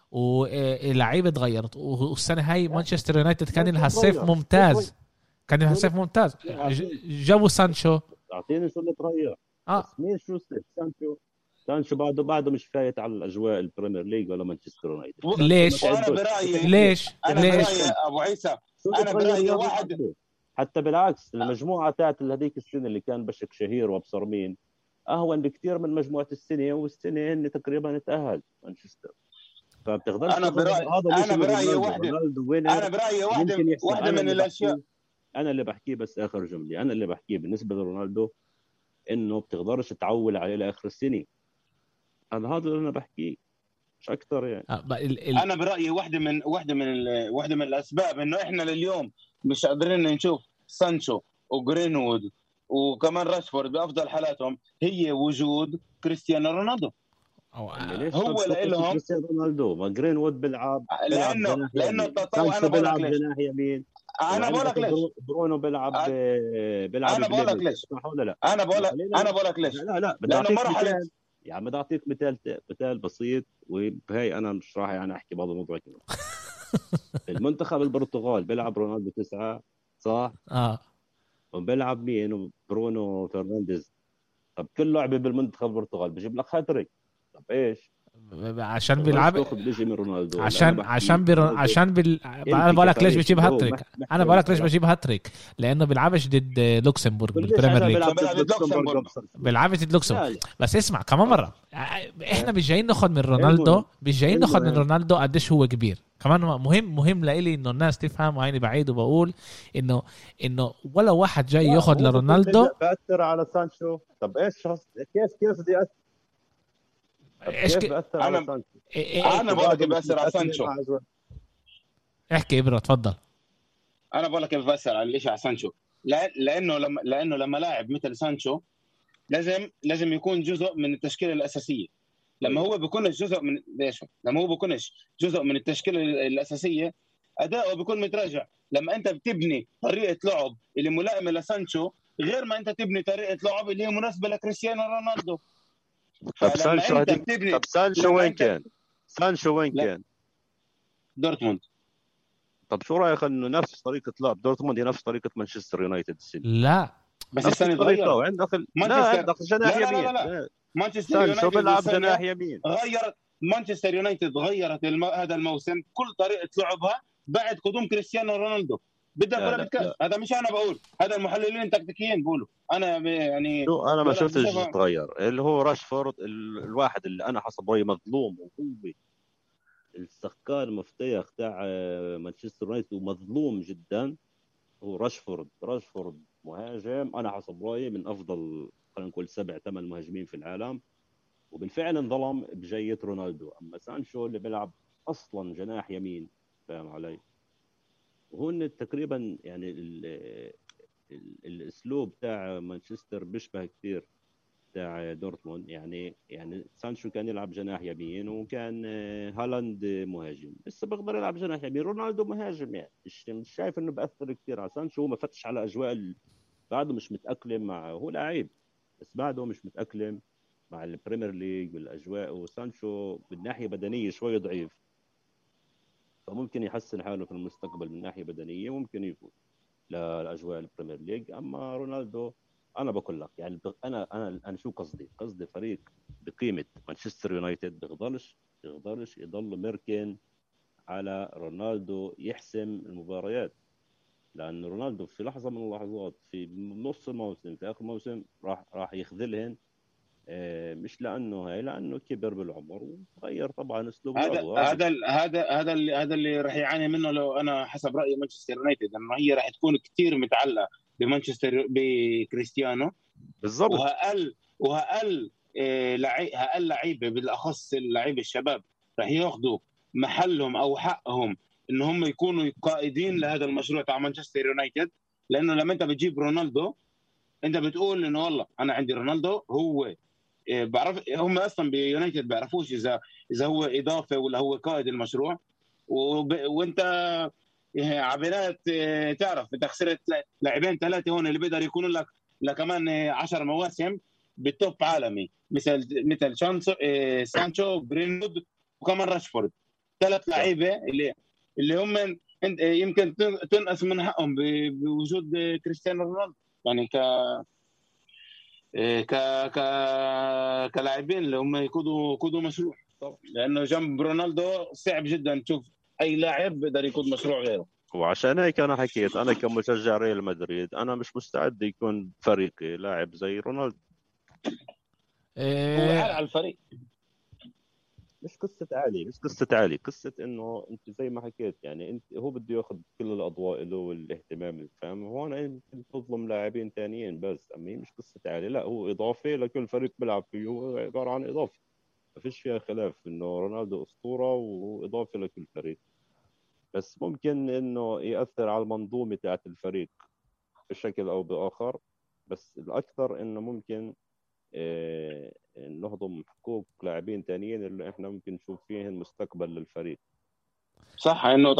واللعيبه اتغيرت، والسنه هاي مانشستر يونايتد كان لها صيف ممتاز، كان لها صيف ممتاز. جابوا سانشو. اعطيني شو اللي تغير. اه مين شو سانشو؟ سانشو بعده بعده مش فايت على الاجواء البريمير ليج ولا مانشستر يونايتد. ليش وانا برايي ليش انا ليش برايي ابو عيسى انا برايي واحد. حتى بالعكس المجموعه تاعت هذيك السنه اللي كان بشك شهير وابصر مين اهون بكثير من مجموعه السنه، والسنه هن تقريبا تاهل مانشستر. فبتقدرش انا برايي انا برايي واحده انا برايي واحده واحده من الاشياء انا اللي بحكيه بس اخر جمله انا اللي بحكيه بالنسبه لرونالدو انه بتقدرش تعول عليه لاخر السنه. انا هذا اللي انا بحكيه مش اكثر يعني. آه ال ال انا برايي واحده من واحده من واحده من الاسباب انه احنا لليوم مش قادرين نشوف سانشو وجرينوود وكمان راشفورد بافضل حالاتهم هي وجود كريستيانو رونالدو. هو لهم كريستيانو رونالدو ما جرينوود بيلعب لانه لانه التطور. انا بقول لك ليش جناح يمين. انا بقول لك ليش برونو بيلعب بيلعب انا بقول لك ليش صح ولا لا؟ انا بقول لك انا بقول لك ليش لا لا لانه مرحله يا عم بدي اعطيك مثال مثال بسيط، وبهي انا مش راح يعني احكي بهذا الموضوع كمان. المنتخب البرتغال بيلعب رونالدو تسعة صح؟ اه وبيلعب مين؟ برونو فرنانديز. طب كل لعبه بالمنتخب البرتغال بجيب لك هاتريك. طب ايش؟ عشان بيلعب رونالدو عشان عشان بير... عشان بال... انا بقول لك ليش بجيب هاتريك. انا بقول لك ليش بجيب هاتريك لانه بيلعبش ضد لوكسمبورغ بالبريمير ليج. بيلعبش ضد لوكسمبورغ. بس اسمع كمان مره احنا مش جايين ناخذ من رونالدو مش جايين ناخذ من رونالدو قديش هو كبير. كمان مهم مهم لإلي انه الناس تفهم، وعيني بعيد وبقول انه انه ولا واحد جاي ياخذ لرونالدو بأثر على سانشو. طب ايش كيف كيف بدي أثر؟ ايش ك... انا إيه انا بقول لك بأثر على سانشو. احكي ابره تفضل. انا بقول لك كيف بأثر على ليش على سانشو. لا لانه لما لانه لما لاعب مثل سانشو لازم لازم يكون جزء من التشكيله الاساسيه. لما هو بيكونش جزء من ليش لما هو بيكونش جزء من التشكيله الاساسيه اداؤه بيكون متراجع. لما انت بتبني طريقه لعب اللي ملائمه لسانشو غير ما انت تبني طريقه لعب اللي هي مناسبه لكريستيانو رونالدو. طب سانشو هديك طب سانشو وين كان؟ سانشو وين كان؟ دورتموند. طب شو رايك انه نفس طريقه لعب دورتموند هي نفس طريقه مانشستر يونايتد السنه؟ لا بس السنه تغير. عندك لا عندك جناح يمين. لا لا لا. مانشستر يونايتد بيلعب جناح يمين. غيرت مانشستر يونايتد غيرت الم... هذا الموسم كل طريقه لعبها بعد قدوم كريستيانو رونالدو. بدك ولا بدك؟ هذا مش انا بقول، هذا المحللين التكتيكيين بيقولوا. انا يعني شو انا ما شفتش تغير اللي هو راشفورد الواحد اللي انا حسب رايي مظلوم، وهو السكان مفتاح تاع مانشستر يونايتد ومظلوم جدا هو راشفورد. راشفورد مهاجم انا حسب رايي من افضل خلينا نقول سبع ثمان مهاجمين في العالم، وبالفعل انظلم بجية رونالدو. اما سانشو اللي بيلعب اصلا جناح يمين، فاهم علي؟ وهون تقريبا يعني ال ال الاسلوب تاع مانشستر بيشبه كثير بتاع دورتموند. يعني يعني سانشو كان يلعب جناح يمين وكان هالاند مهاجم، لسه بقدر يلعب جناح يمين. رونالدو مهاجم، يعني مش مش شايف انه بأثر كثير على سانشو. هو ما فتش على اجواء ال... بعده مش متأقلم مع، هو لاعب بس بعده مش متأقلم مع البريمير ليج والاجواء. وسانشو بالناحيه بدنيه شوي ضعيف، فممكن يحسن حاله في المستقبل من ناحيه بدنيه، ممكن يفوت لاجواء البريمير ليج. اما رونالدو انا بقول لك يعني انا انا انا شو قصدي قصدي فريق بقيمه مانشستر يونايتد بيقدرش بيقدرش يضل مركن على رونالدو يحسم المباريات، لان رونالدو في لحظه من اللحظات في نص الموسم في اخر الموسم راح راح يخذلهن. مش لانه هاي، لانه كبر بالعمر وتغير طبعا اسلوب هذا لعبه. هذا هذا هذا اللي هذا اللي راح يعاني منه لو انا حسب رايي مانشستر يونايتد، لانه هي راح تكون كثير متعلقه بمانشستر بكريستيانو بالضبط. وهقل وهقل لعيب هقل لعيبه بالاخص اللعيبه الشباب راح ياخذوا محلهم او حقهم ان هم يكونوا قائدين لهذا المشروع تاع مانشستر يونايتد. لانه لما انت بتجيب رونالدو انت بتقول انه والله انا عندي رونالدو، هو بعرف هم اصلا بيونايتد بيعرفوش اذا اذا هو اضافه ولا هو قائد المشروع. وب... وانت عبالات تعرف انت خسرت لاعبين ثلاثه هون اللي بيقدر يكونوا لك لكمان عشر مواسم بالتوب عالمي، مثل مثل شانسو سانشو برينوود وكمان راشفورد. ثلاث لعيبه اللي اللي هم يمكن تنقص من حقهم بوجود كريستيانو رونالدو، يعني ك ك ك كلاعبين اللي هم يقودوا يقودوا مشروع. لانه جنب رونالدو صعب جدا تشوف اي لاعب بيقدر يقود مشروع غيره. وعشان هيك انا حكيت انا كمشجع ريال مدريد انا مش مستعد يكون فريقي لاعب زي رونالدو. إيه هو عال على الفريق، مش قصة عالي مش قصة عالي قصة انه انت زي ما حكيت يعني انت هو بده ياخذ كل الاضواء له والاهتمام، فاهم؟ هون يمكن تظلم لاعبين ثانيين بس امي مش قصة عالي، لا هو اضافي لكل فريق بيلعب فيه، هو عبارة عن اضافة ما فيش فيها خلاف انه رونالدو اسطورة واضافي لكل فريق. بس ممكن انه ياثر على المنظومة تاعت الفريق بشكل او باخر، بس الاكثر انه ممكن إيه نهضم حقوق لاعبين ثانيين اللي احنا ممكن نشوف فيهم مستقبل للفريق. صح انه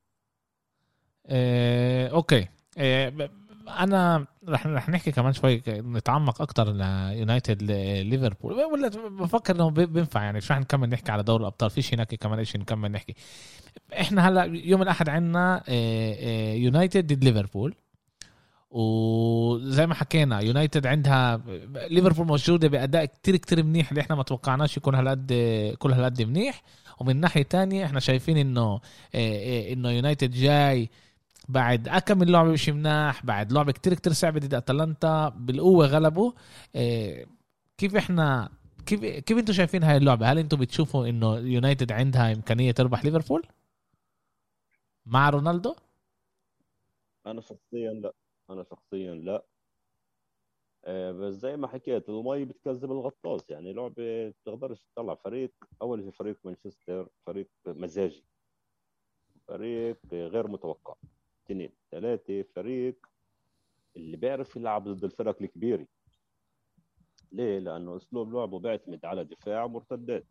إيه اوكي. إيه انا رح رح نحكي كمان شوي نتعمق اكتر ليونايتد ليفربول، ولا بفكر انه بينفع يعني شو نكمل نحكي على دوري الابطال، فيش هناك كمان شيء نكمل نحكي. احنا هلا يوم الاحد عندنا يونايتد ضد ليفربول، وزي ما حكينا يونايتد عندها ليفربول موجوده باداء كتير كتير منيح اللي احنا ما توقعناش يكون هالقد كل هالقد منيح. ومن ناحيه تانية احنا شايفين انه انه يونايتد جاي بعد أكم من لعبة مش مناح، بعد لعبة كتير كتير صعبة ضد أتلانتا بالقوة غلبوا. إيه كيف إحنا كيف كيف أنتوا شايفين هاي اللعبة؟ هل أنتوا بتشوفوا إنه يونايتد عندها إمكانية تربح ليفربول مع رونالدو؟ أنا شخصيا لا أنا شخصيا لا آه بس زي ما حكيت المي بتكذب الغطاس، يعني لعبة تقدرش تطلع فريق. أول شيء فريق مانشستر فريق مزاجي، فريق غير متوقع. اثنين ثلاثة فريق اللي بيعرف يلعب ضد الفرق الكبيرة. ليه؟ لأنه أسلوب لعبه بيعتمد على دفاع ومرتدات،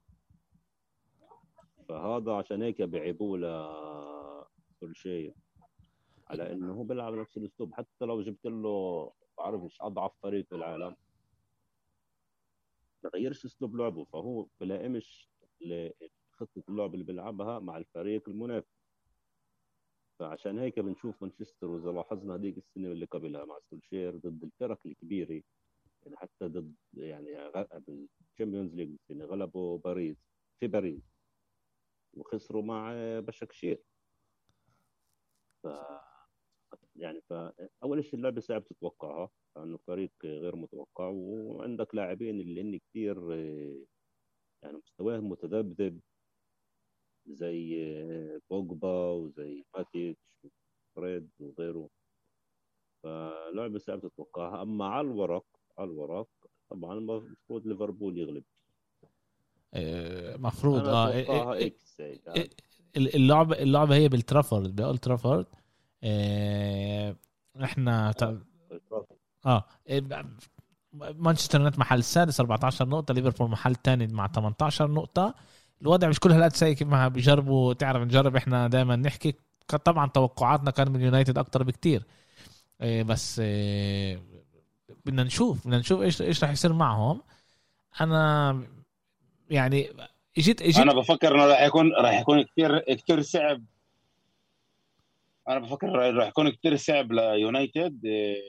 فهذا عشان هيك بيعيبوه لكل شيء على إنه هو بيلعب نفس الأسلوب. حتى لو جبت له بعرفش أضعف فريق في العالم ما غيرش أسلوب لعبه، فهو بلائمش لخطة اللعب اللي بيلعبها مع الفريق المنافس. فعشان هيك بنشوف مانشستر وإذا لاحظنا هذيك السنة اللي قبلها مع سولشير ضد الفرق الكبيرة، يعني حتى ضد يعني بالشامبيونز ليج يعني غلبوا باريس في باريس وخسروا مع بشكشير. ف يعني فأول شيء اللعبة صعب تتوقعها لأنه فريق غير متوقع، وعندك لاعبين اللي هن كتير يعني مستواهم متذبذب زي بوجبا وزي ماتيتش وفريد وغيره، فلعبة صعب تتوقعها. أما على الورق على الورق طبعا المفروض ليفربول يغلب. مفروض اه اتوقعها اكس يعني. اللعبه اللعبه هي بالترافورد بأول ترافورد. اه احنا اه مانشستر يونايتد محل السادس أربعة عشر نقطة، ليفربول محل تاني مع ثمانية عشر نقطة. الوضع مش كل هالقد سيء كيف ما بيجربوا. تعرف نجرب احنا دائما نحكي، طبعا توقعاتنا كان من اليونايتد اكتر بكتير، بس بدنا نشوف بدنا نشوف ايش ايش راح يصير معهم. انا يعني اجيت اجيت انا بفكر انه راح يكون راح يكون كثير كثير صعب. انا بفكر راح يكون كثير صعب ليونايتد،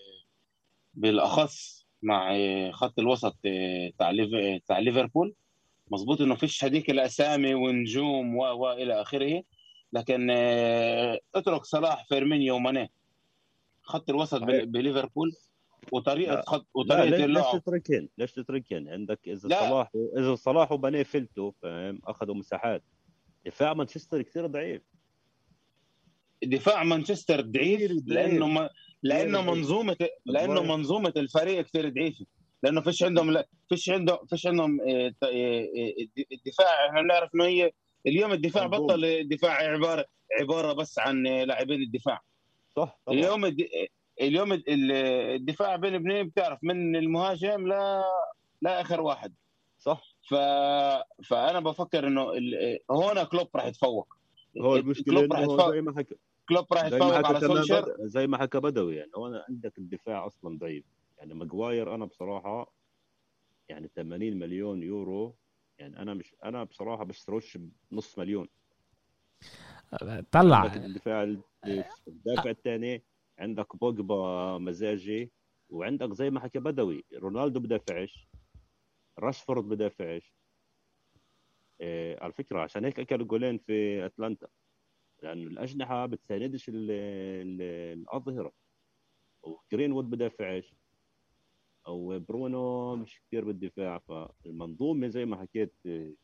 بالاخص مع خط الوسط تاع ليف- تاع ليفربول. مظبوط انه فيش هذيك الاسامي ونجوم و و الى اخره، لكن آه، اترك صلاح فيرمينيو وماني خط الوسط صحيح. بل- بليفربول وطريقه لا خط لا وطريقه ليش ليش اللعب. تتركين ليش تتركين عندك اذا لا، صلاح اذا صلاح وبنيه فلتوا فاهم اخذوا مساحات. دفاع مانشستر كثير ضعيف دفاع مانشستر ضعيف كثير لانه ضعيف ما كثير لانه ضعيف. منظومه لانه ماجواير منظومه الفريق كثير ضعيفه، لانه فيش عندهم لا فيش عندهم فيش عندهم آه، ت- آه، آه، الدفاع. احنا بنعرف انه هي اليوم الدفاع منظومه بطل الدفاع عباره عباره بس عن آه، لاعبين الدفاع. صح طبعا اليوم الد- اليوم ال- الدفاع بين اثنين بتعرف من المهاجم لا لا اخر واحد. صح. ف... فانا بفكر انه ال... هون كلوب راح يتفوق. هو المشكله كلوب راح انه يتفوق زي ما حكى كلوب راح زي ما يتفوق حكى على كمان سولشر. بد... زي ما حكى بدوي يعني هو عندك الدفاع اصلا ضعيف. يعني ماجواير انا بصراحه يعني ثمانين مليون يورو. يعني انا مش انا بصراحه بشتروش بنص مليون. عندك طلع. الدفاع الدافع الثاني عندك بوجبا مزاجي، وعندك زي ما حكى بدوي رونالدو بدافعش، راشفورد بدافعش. إيه على فكره عشان هيك اكلوا جولين في اتلانتا، لانه الاجنحه بتساندش ال- ال- الاظهره. وجرين وود بدافعش او برونو مش كثير بالدفاع. فالمنظومه زي ما حكيت إيه،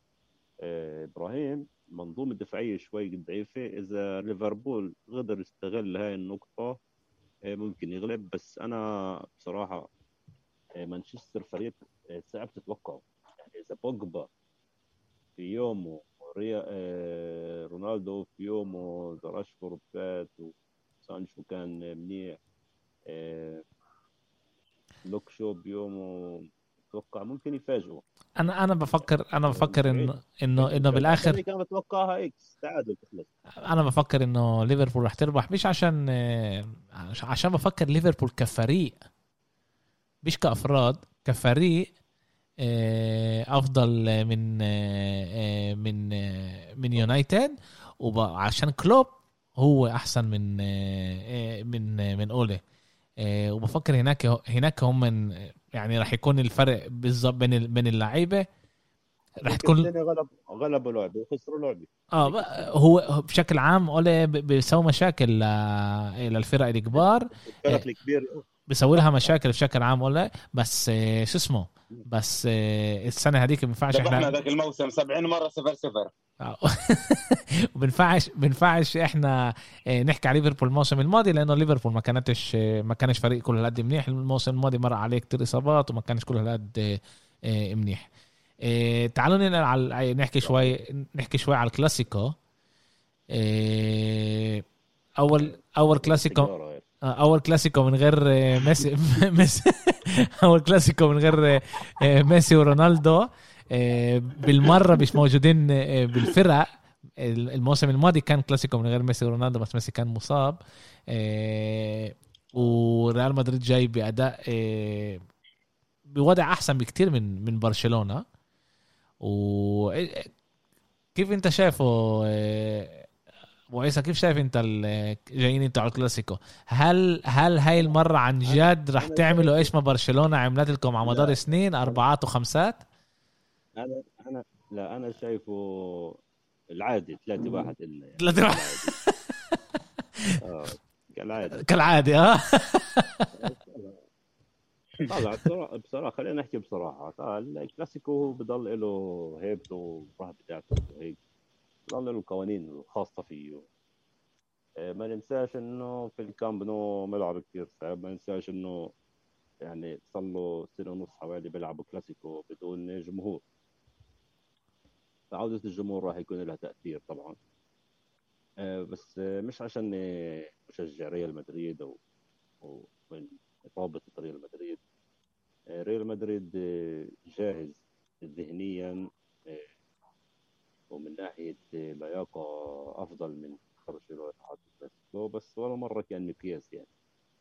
ابراهيم المنظومه الدفاعيه شوي ضعيفه. اذا ليفربول قدر يستغل هاي النقطه إيه، ممكن يغلب. بس انا بصراحه إيه، مانشستر فريق إيه، صعب تتوقعه. يعني اذا بوجبا في يومه ريا إيه، رونالدو في يومه، إذا راشفورد فات وسانشو كان منيح، إيه، لوك شو بيومه، اتوقع ممكن يفاجئوا. انا انا بفكر انا إيه، مش بفكر بعيد. انه انه انه المشجع بالاخر الثاني كان متوقعها اكس تعادل تخلص. انا بفكر انه ليفربول رح تربح، مش عشان آه، عش- عشان بفكر ليفربول كفريق مش كأفراد، كفريق آه، افضل من آه، آه، من آه، من يونايتد. وعشان كلوب هو احسن من آه، آه، من آه، من اولي. آه، وبفكر هناك هناك هم من يعني راح يكون الفرق بالضبط بين ال- بين اللعيبه راح هذيك تكون. السنه غلب غلبوا لعبه وخسروا لعبه. اه هذيك بقى- السنه هو هو بشكل عام اولي ب- بيسوي مشاكل ل- للفرق الكبار. الفرق آه، الكبيره. بيسوي لها صح صح. مشاكل بشكل عام ولا بس آه، شو اسمه. بس آه، السنه هذيك ما ينفعش ذبحنا احنا ذاك الموسم سبعين مره صفر صفر. آه. وبنفعش بنفعش احنا آه، نحكي على ليفربول الموسم الماضي، لانه ليفربول ما كانتش آه، ما كانش فريق كل هالقد منيح. الموسم الماضي مر عليه كتير اصابات وما كانش كل هالقد آه، آه، منيح. آه، تعالوا ننقل على نحكي شوي نحكي شوي على الكلاسيكو. آه، اول اول كلاسيكو سيجاره هيك. آه، اول كلاسيكو من غير آه، ميسي ميسي اول كلاسيكو من غير آه، آه، ميسي ورونالدو. آه، بالمره مش موجودين آه، بالفرق. الموسم الماضي كان كلاسيكو من غير ميسي ورونالدو، بس ميسي كان مصاب. آه، وريال مدريد جاي بأداء آه، بوضع احسن بكتير من من برشلونة. وكيف انت شايفه آه، وعيسى؟ كيف شايف انت ال- جايين انتوا على الكلاسيكو؟ هل هل هاي المرة عن انا جد رح انا تعملوا شايفه. ايش ما برشلونة عملت لكم على مدار لا سنين، انا اربعات وخمسات؟ انا انا لا انا شايفه العادي ثلاثة واحد إلنا يعني ثلاثة واحد. كالعادي. اه كالعادي. كالعادة اه. طلع بصراحة بصراحة خلينا نحكي بصراحة. طال الكلاسيكو بضل له هيبته والرهبة بتاعته وهيك، بضل له القوانين الخاصة فيه. آه، ما ننساش انه في الكامب نو ملعب كثير صعب. ما ننساش انه يعني صار له سنة ونص حوالي بيلعبوا كلاسيكو بدون جمهور. فعودة الجمهور راح يكون لها تأثير طبعا. آه، بس آه، مش عشان مشجع ريال مدريد او او من إصابة ريال مدريد. ريال مدريد جاهز ذهنيا ومن ناحية لياقة أفضل من برشلونة حتى، بس ولا مرة كان مقياس يعني.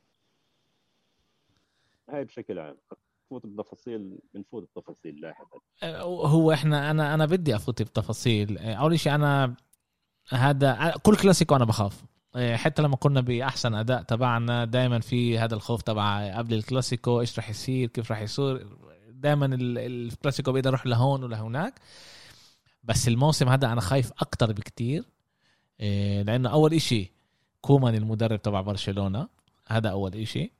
هاي بشكل عام. فوت بتفاصيل بنفوت بتفاصيل لاحقا. هو احنا انا انا بدي افوت بتفاصيل. اول شيء انا هذا كل كلاسيكو انا بخاف، حتى لما كنا باحسن اداء تبعنا دائما في هذا الخوف تبع قبل الكلاسيكو ايش راح يصير كيف راح يصير. دائما الكلاسيكو بيقدر يروح لهون ولهناك، بس الموسم هذا انا خايف اكتر بكتير، لانه اول اشي كومان المدرب تبع برشلونة، هذا اول اشي.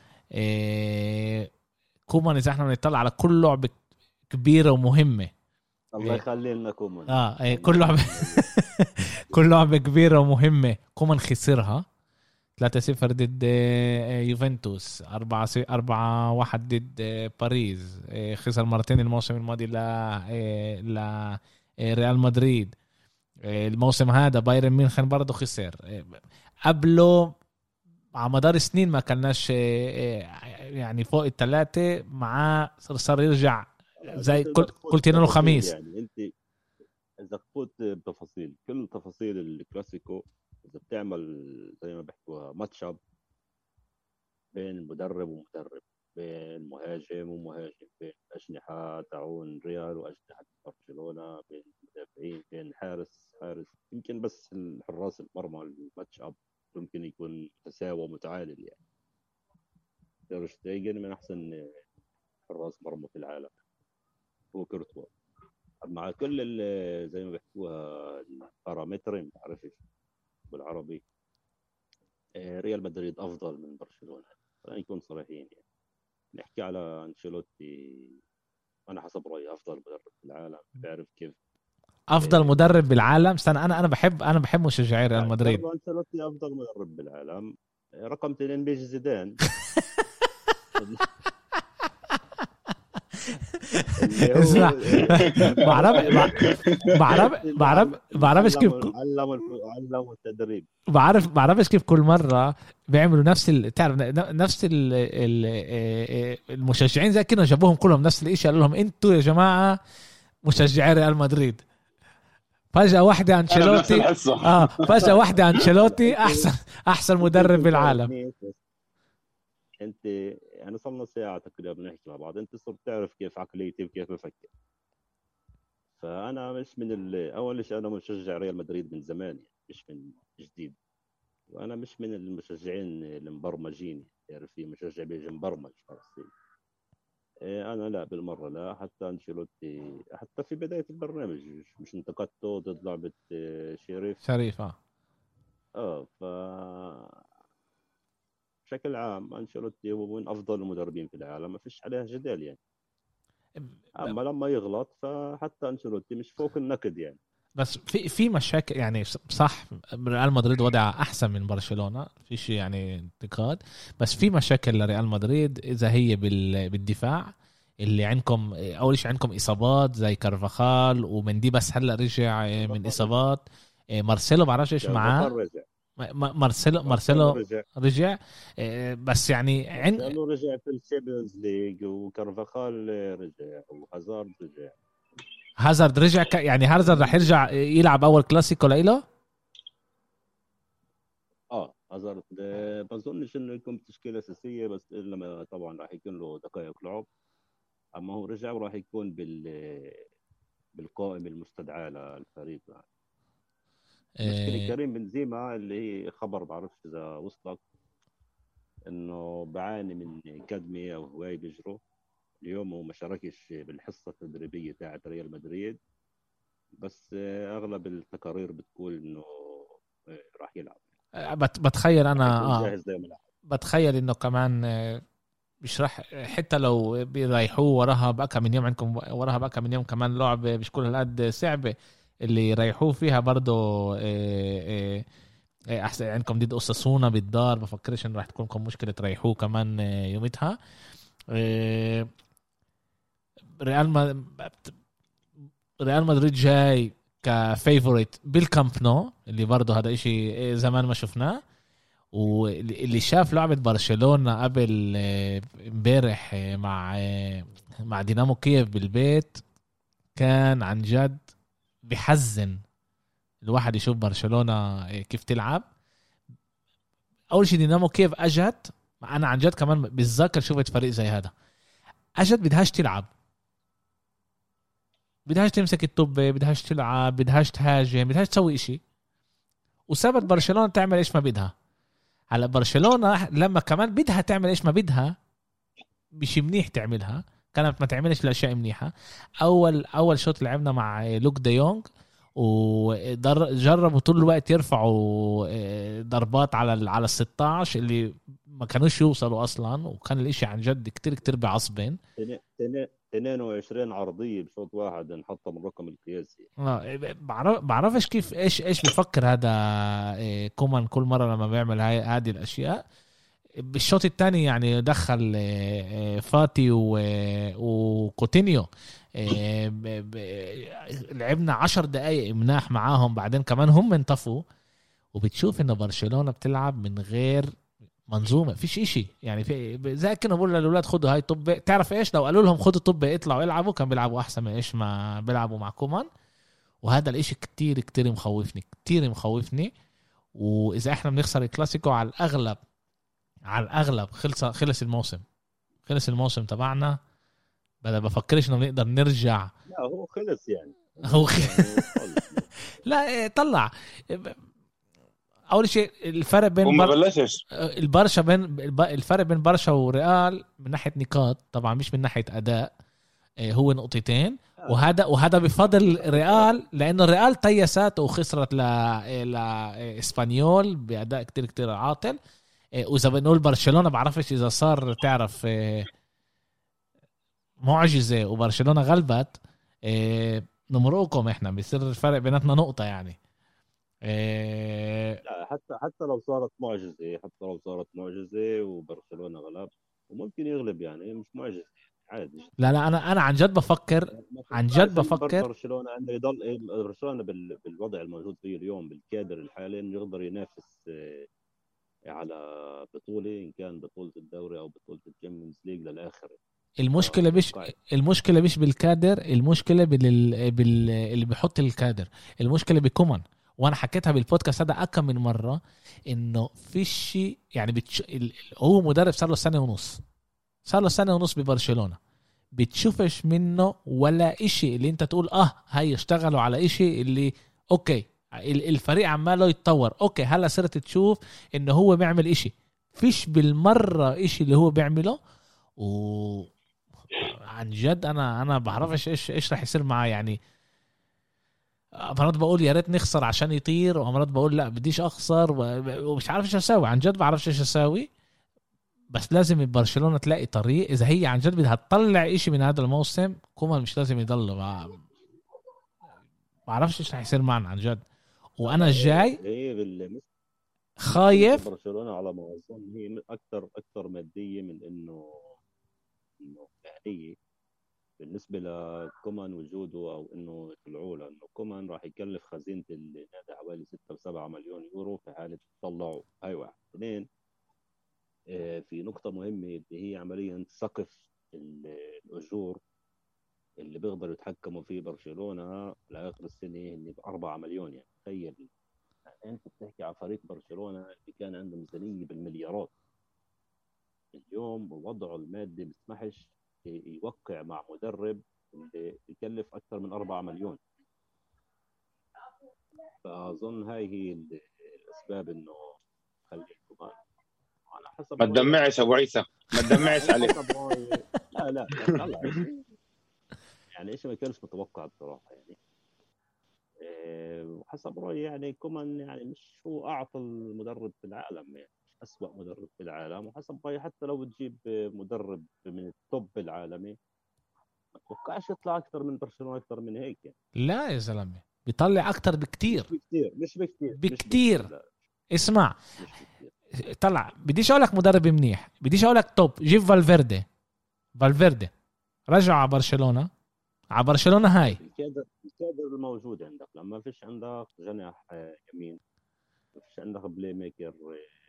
كومان اذا احنا بنطلع على كل لعبة كبيرة ومهمة، الله يخلي لنا كومان. اه ايه كل لعبة كل لعبة كبيرة ومهمة كومان خسرها. ثلاثة صفر ضد يوفنتوس، أربعة واحد ضد باريس، خسر مرتين الموسم الماضي ل ل ريال مدريد. الموسم هذا بايرن ميونخ برضه خسر. قبله على مدار سنين ما كناش يعني فوق الثلاثة معاه، صار يرجع زي كل كل تنين وخميس. يعني انت اذا تفوت بتفاصيل كل تفاصيل الكلاسيكو، اذا بتعمل زي ما بيحكوها ماتش اب بين مدرب ومدرب، بين مهاجم ومهاجم، بين اجنحه تاعون ريال واجنحه برشلونه، بين مدافعين، بين حارس حارس، يمكن بس الحراس المرمى الماتش اب ممكن يكون تساوى متعادل يعني. تير شتيجن من احسن حراس مرمى في العالم، هو كورتوا. مع كل زي ما بيحكوها البارامتر، ما بعرفش بالعربي، ريال مدريد افضل من برشلونه، خلينا نكون صريحين يعني. نحكي على أنشيلوتي، انا حسب رايي افضل مدرب في العالم. بتعرف كيف افضل مدرب بالعالم؟ استنى، انا انا بحب انا بحب مشجعي ريال مدريد. أنشيلوتي افضل مدرب بالعالم. رقم اثنين بيجي زيدان. اسمع، بعرف بعرف بعرف بعرفش كيف علموا علموا التدريب. بعرف بعرفش كيف كل مره بيعملوا نفس ال... تعرف نفس ال... المشجعين زي كده جابوهم كلهم نفس الاشي، قالوا لهم انتوا يا جماعه مشجعي ريال مدريد. فجأة واحدة أنشيلوتي اه فجأة واحدة أنشيلوتي احسن احسن مدرب بالعالم. انت يعني صرنا ساعه تقريبا بنحكي مع بعض، انت صرت تعرف كيف عقليتي وكيف بفكر. فانا مش من اول شيء انا مشجع ريال مدريد من زمان يعني، مش من جديد. وانا مش من المشجعين المبرمجين، تعرف في مشجع بيجي مبرمج خاصين. انا لا بالمره لا. حتى أنشيلوتي حتى في بدايه البرنامج مش انتقدته ضد لعبه شريف شريف اه اه ف بشكل عام أنشيلوتي هو من أفضل المدربين في العالم، ما فيش عليها جدال يعني. أما لما يغلط فحتى أنشيلوتي مش فوق النقد يعني. بس في في مشاكل يعني، صح ريال مدريد وضع أحسن من برشلونة، في شيء يعني انتقاد، بس في مشاكل لريال مدريد إذا هي بالدفاع اللي عندكم. أول شيء عندكم إصابات زي كارفاخال ومندي، بس هلا رجع من إصابات. مارسيلو بعرفش إيش معاه. مارسيلو مارسيلو رجع, رجع. بس يعني عند رجع في الشامبيونز ليج، وكارفاخال رجع، وهازارد رجع. هازارد رجع ك... يعني هازارد رح يرجع يلعب اول كلاسيكو لإله. اه هازارد بظنش انه يكون تشكيله اساسيه، بس لما طبعا راح يكون له دقائق لعب. اما هو رجع وراح يكون بال بالقائمه المستدعاه للفريق يعني. مشكلة كريم بنزيما اللي هي خبر بعرفش إذا وصلك، إنه بعاني من كدمة أو هواي بجره. اليوم هو ما شاركش بالحصة التدريبية تاعت ريال مدريد، بس أغلب التقارير بتقول إنه راح يلعب. بتخيل أنا آه جاهز زي ما لعب. بتخيل إنه كمان مش راح، حتى لو بيريحوه وراها بقى من يوم، عندكم وراها بقى من يوم كمان لعبة مش كل هالقد صعبة اللي يريحوه فيها برضو. إيه إيه احسن عندكم ضد اوساسونا بالدار، بفكرش انه راح تكون لكم مشكله تريحوه كمان يومتها. إيه ريال ما ريال مدريد جاي كفيفوريت بالكامب نو، اللي برضو هذا اشي زمان ما شفناه. واللي شاف لعبة برشلونة قبل امبارح مع مع دينامو كييف بالبيت كان عن جد بحزن الواحد يشوف برشلونة كيف تلعب. أول شيء دينامو كييف أجت، أنا عن جد كمان بتذكر شوفت فريق زي هذا أجت بدهاش تلعب، بدهاش تمسك الطبة، بدهاش تلعب، بدهاش تهاجم، بدهاش تسوي إشي، وسابت برشلونة تعمل إيش ما بدها. على برشلونة لما كمان بدها تعمل إيش ما بدها بشي منيح تعملها، كانت ما تعملش الأشياء منيحة. أول أول شوط لعبنا مع لوك دي يونغ وجربوا طول الوقت يرفعوا ضربات على على الستاش اللي ما كانوش يوصلوا أصلا، وكان الإشي عن جد كتير كتير بعصبين. اثنين وعشرين عرضية بشوط واحد نحطها من الرقم القياسي. بعرف بعرفش كيف إيش إيش بفكر هذا كومان كل مرة لما بيعمل هاي هذه الأشياء. بالشوط الثاني يعني دخل فاتي وكوتينيو، لعبنا عشر دقايق مناح معاهم، بعدين كمان هم انطفوا. وبتشوف انه برشلونة بتلعب من غير منظومة، فيش اشي يعني في زي كنا بقول للأولاد خدوا هاي طبة. تعرف ايش لو قالوا لهم خدوا طبة اطلعوا يلعبوا كان بيلعبوا احسن من ايش ما بيلعبوا مع كومان. وهذا الاشي كتير كتير مخوفني كتير مخوفني. واذا احنا بنخسر الكلاسيكو على الاغلب على الاغلب خلص خلص الموسم خلص الموسم تبعنا. بدأ بفكرش انه نقدر نرجع. لا هو خلص يعني هو خ... لا طلع. اول شيء الفرق بين بر... البرشا بين الفرق بين برشا وريال من ناحيه نقاط طبعا، مش من ناحيه اداء، هو نقطتين. وهذا وهذا بفضل ريال، لانه الريال تيست وخسرت ل لاسبانيول باداء كتير كتير عاطل. واذا بنقول برشلونه بعرفش اذا صار تعرف معجزه وبرشلونه غلبت نمرقكم احنا بيصير الفرق بيناتنا نقطه يعني. لا حتى حتى لو صارت معجزه حتى لو صارت معجزه وبرشلونه غلب وممكن يغلب يعني مش معجزه عادي. لا لا انا انا عن جد بفكر عن جد بفكر برشلونه عنده يضل برشلونه بالوضع الموجود فيه اليوم بالكادر الحالي انه يقدر ينافس على بطوله ان كان بطوله الدوري او بطوله الشامبيونز ليج للاخر. المشكله مش المشكله مش بالكادر، المشكله بال... بال... اللي بيحط الكادر، المشكله بكومان. وانا حكيتها بالبودكاست هذا اكم من مره انه فيش شيء يعني بتش... هو مدرب صار له سنه ونص صار له سنه ونص ببرشلونه، بتشوفش منه ولا إشي اللي انت تقول اه هاي اشتغلوا على إشي اللي اوكي الفريق عماله يتطور. اوكي هلا صرت تشوف انه هو بيعمل إشي، فيش بالمره إشي اللي هو بيعمله. و عن جد انا انا بعرفش ايش ايش راح يصير معاه يعني. مرات بقول يا ريت نخسر عشان يطير، ومرات بقول لا بديش اخسر، ومش عارف ايش اسوي. عن جد بعرفش ايش اسوي، بس لازم برشلونة تلاقي طريق. اذا هي عن جد بدها تطلع اشي من هذا الموسم كومان مش لازم يضل. ما بعرفش ايش راح يصير معنا عن جد. وانا جاي خايف. برشلونة على ما اظن هي اكثر اكثر ماديه من انه انه فعليه بالنسبه لكومان وجوده او انه يطلعوا له. انه كومان راح يكلف خزينه النادي حوالي ستة وسبعة مليون يورو في حاله تطلعوا. هاي واحد. اثنين في نقطه مهمه اللي هي عمليا سقف الاجور اللي بيقدروا يتحكموا فيه برشلونه لاخر السنه اللي بأربعة مليون. يعني تخيل يعني انت بتحكي على فريق برشلونه اللي كان عنده ميزانيه بالمليارات، اليوم وضعه المادي بيسمحش يوقع مع مدرب اللي يكلف اكثر من أربعة مليون. فاظن هاي هي الاسباب انه خليكم على حسب. ما تدمعش ابو عيسى ما تدمعش عليه. لا لا لا يعني ايش ما كانش متوقع بصراحه يعني. وحسب رأيي يعني كومان يعني مش هو أعطى المدرب في العالم، يعني مش أسوأ مدرب في العالم. وحسب رأيي حتى لو بتجيب مدرب من التوب العالمي ما توقعش يطلع أكثر من برشلونة أكثر من هيك يعني. لا يا زلمة بيطلع أكثر بكتير. مش بكتير مش بكتير بكتير, مش بكتير. اسمع بكتير. طلع بديش أقولك مدرب منيح، بديش أقولك توب. جيب فالفيردي فالفيردي رجع على برشلونة على برشلونة هاي الكادر الكادر الموجود عندك. لما فيش عندك جناح يمين، ما فيش عندك بلاي ميكر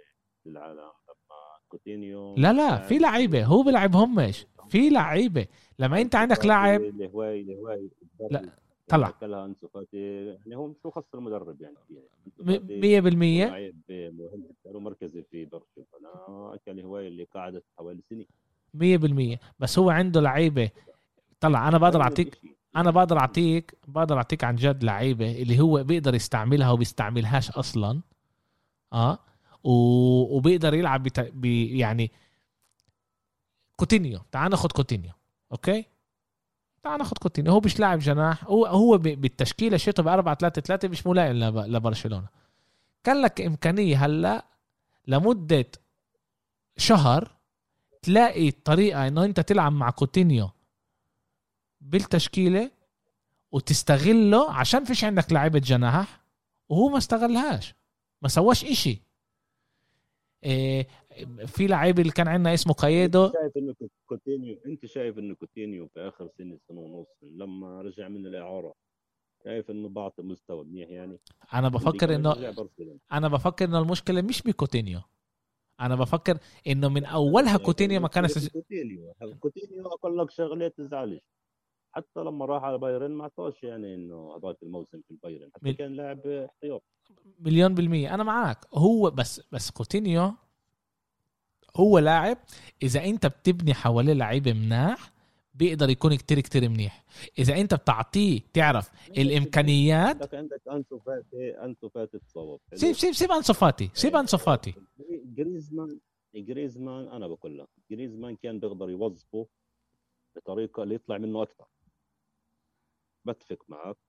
العالم لما كوتينيو لا لا في لعيبه هو بيلعبهمش في لعيبه لما انت عندك لاعب الهواي الهواي لا طلع كلها أنسو فاتي يعني هم شو خسر المدرب يعني مية بالمية لاعب مهم مركزي في برشلونة أكل هواي اللي قاعدة حوالي سنة مية بالمية بس هو عنده لعيبه طلع انا بقدر اعطيك انا بقدر اعطيك بقدر اعطيك عن جد لعيبه اللي هو بيقدر يستعملها وبيستعملهاش اصلا اه و... وبيقدر يلعب بت... ب... يعني كوتينيو تعال ناخد كوتينيو اوكي تعال ناخد كوتينيو هو مش لاعب جناح هو هو ب... بالتشكيله شيته ب أربعة ثلاثة ثلاثة مش ملائم لب... لبرشلونه كان لك امكانيه هلا لمده شهر تلاقي طريقه انه انت تلعب مع كوتينيو بالتشكيله وتستغله عشان فيش عندك لاعيبه جناح وهو ما استغلهاش ما سواش إشي. إيه في لعيب اللي كان عندنا اسمه كايدو شايف انه كوتينيو انت شايف انه كوتينيو في اخر سنه سنه ونص لما رجع من الاعاره شايف انه بعطي مستوى منيح يعني انا بفكر انه انا بفكر انه المشكله مش بكوتينيو انا بفكر انه من اولها كوتينيو ما كان سج... كوتينيو كوتينيو اقول لك شغله تزعلش حتى لما راح على بايرن ما اعطاش يعني انه هذاك الموسم في البايرن حتى مل... كان لاعب احتياط مليون بالمية انا معاك هو بس بس كوتينيو هو لاعب اذا انت بتبني حواليه لعيبه مناح بيقدر يكون كتير كتير منيح اذا انت بتعطيه تعرف الامكانيات عندك عندك انسو فاتي انسو فاتي تصوب سيب سيب سيب انسو فاتي سيب انسو فاتي جريزمان جريزمان انا بقول لك جريزمان كان بيقدر يوظفه بطريقه اللي يطلع منه اكثر بتفق معك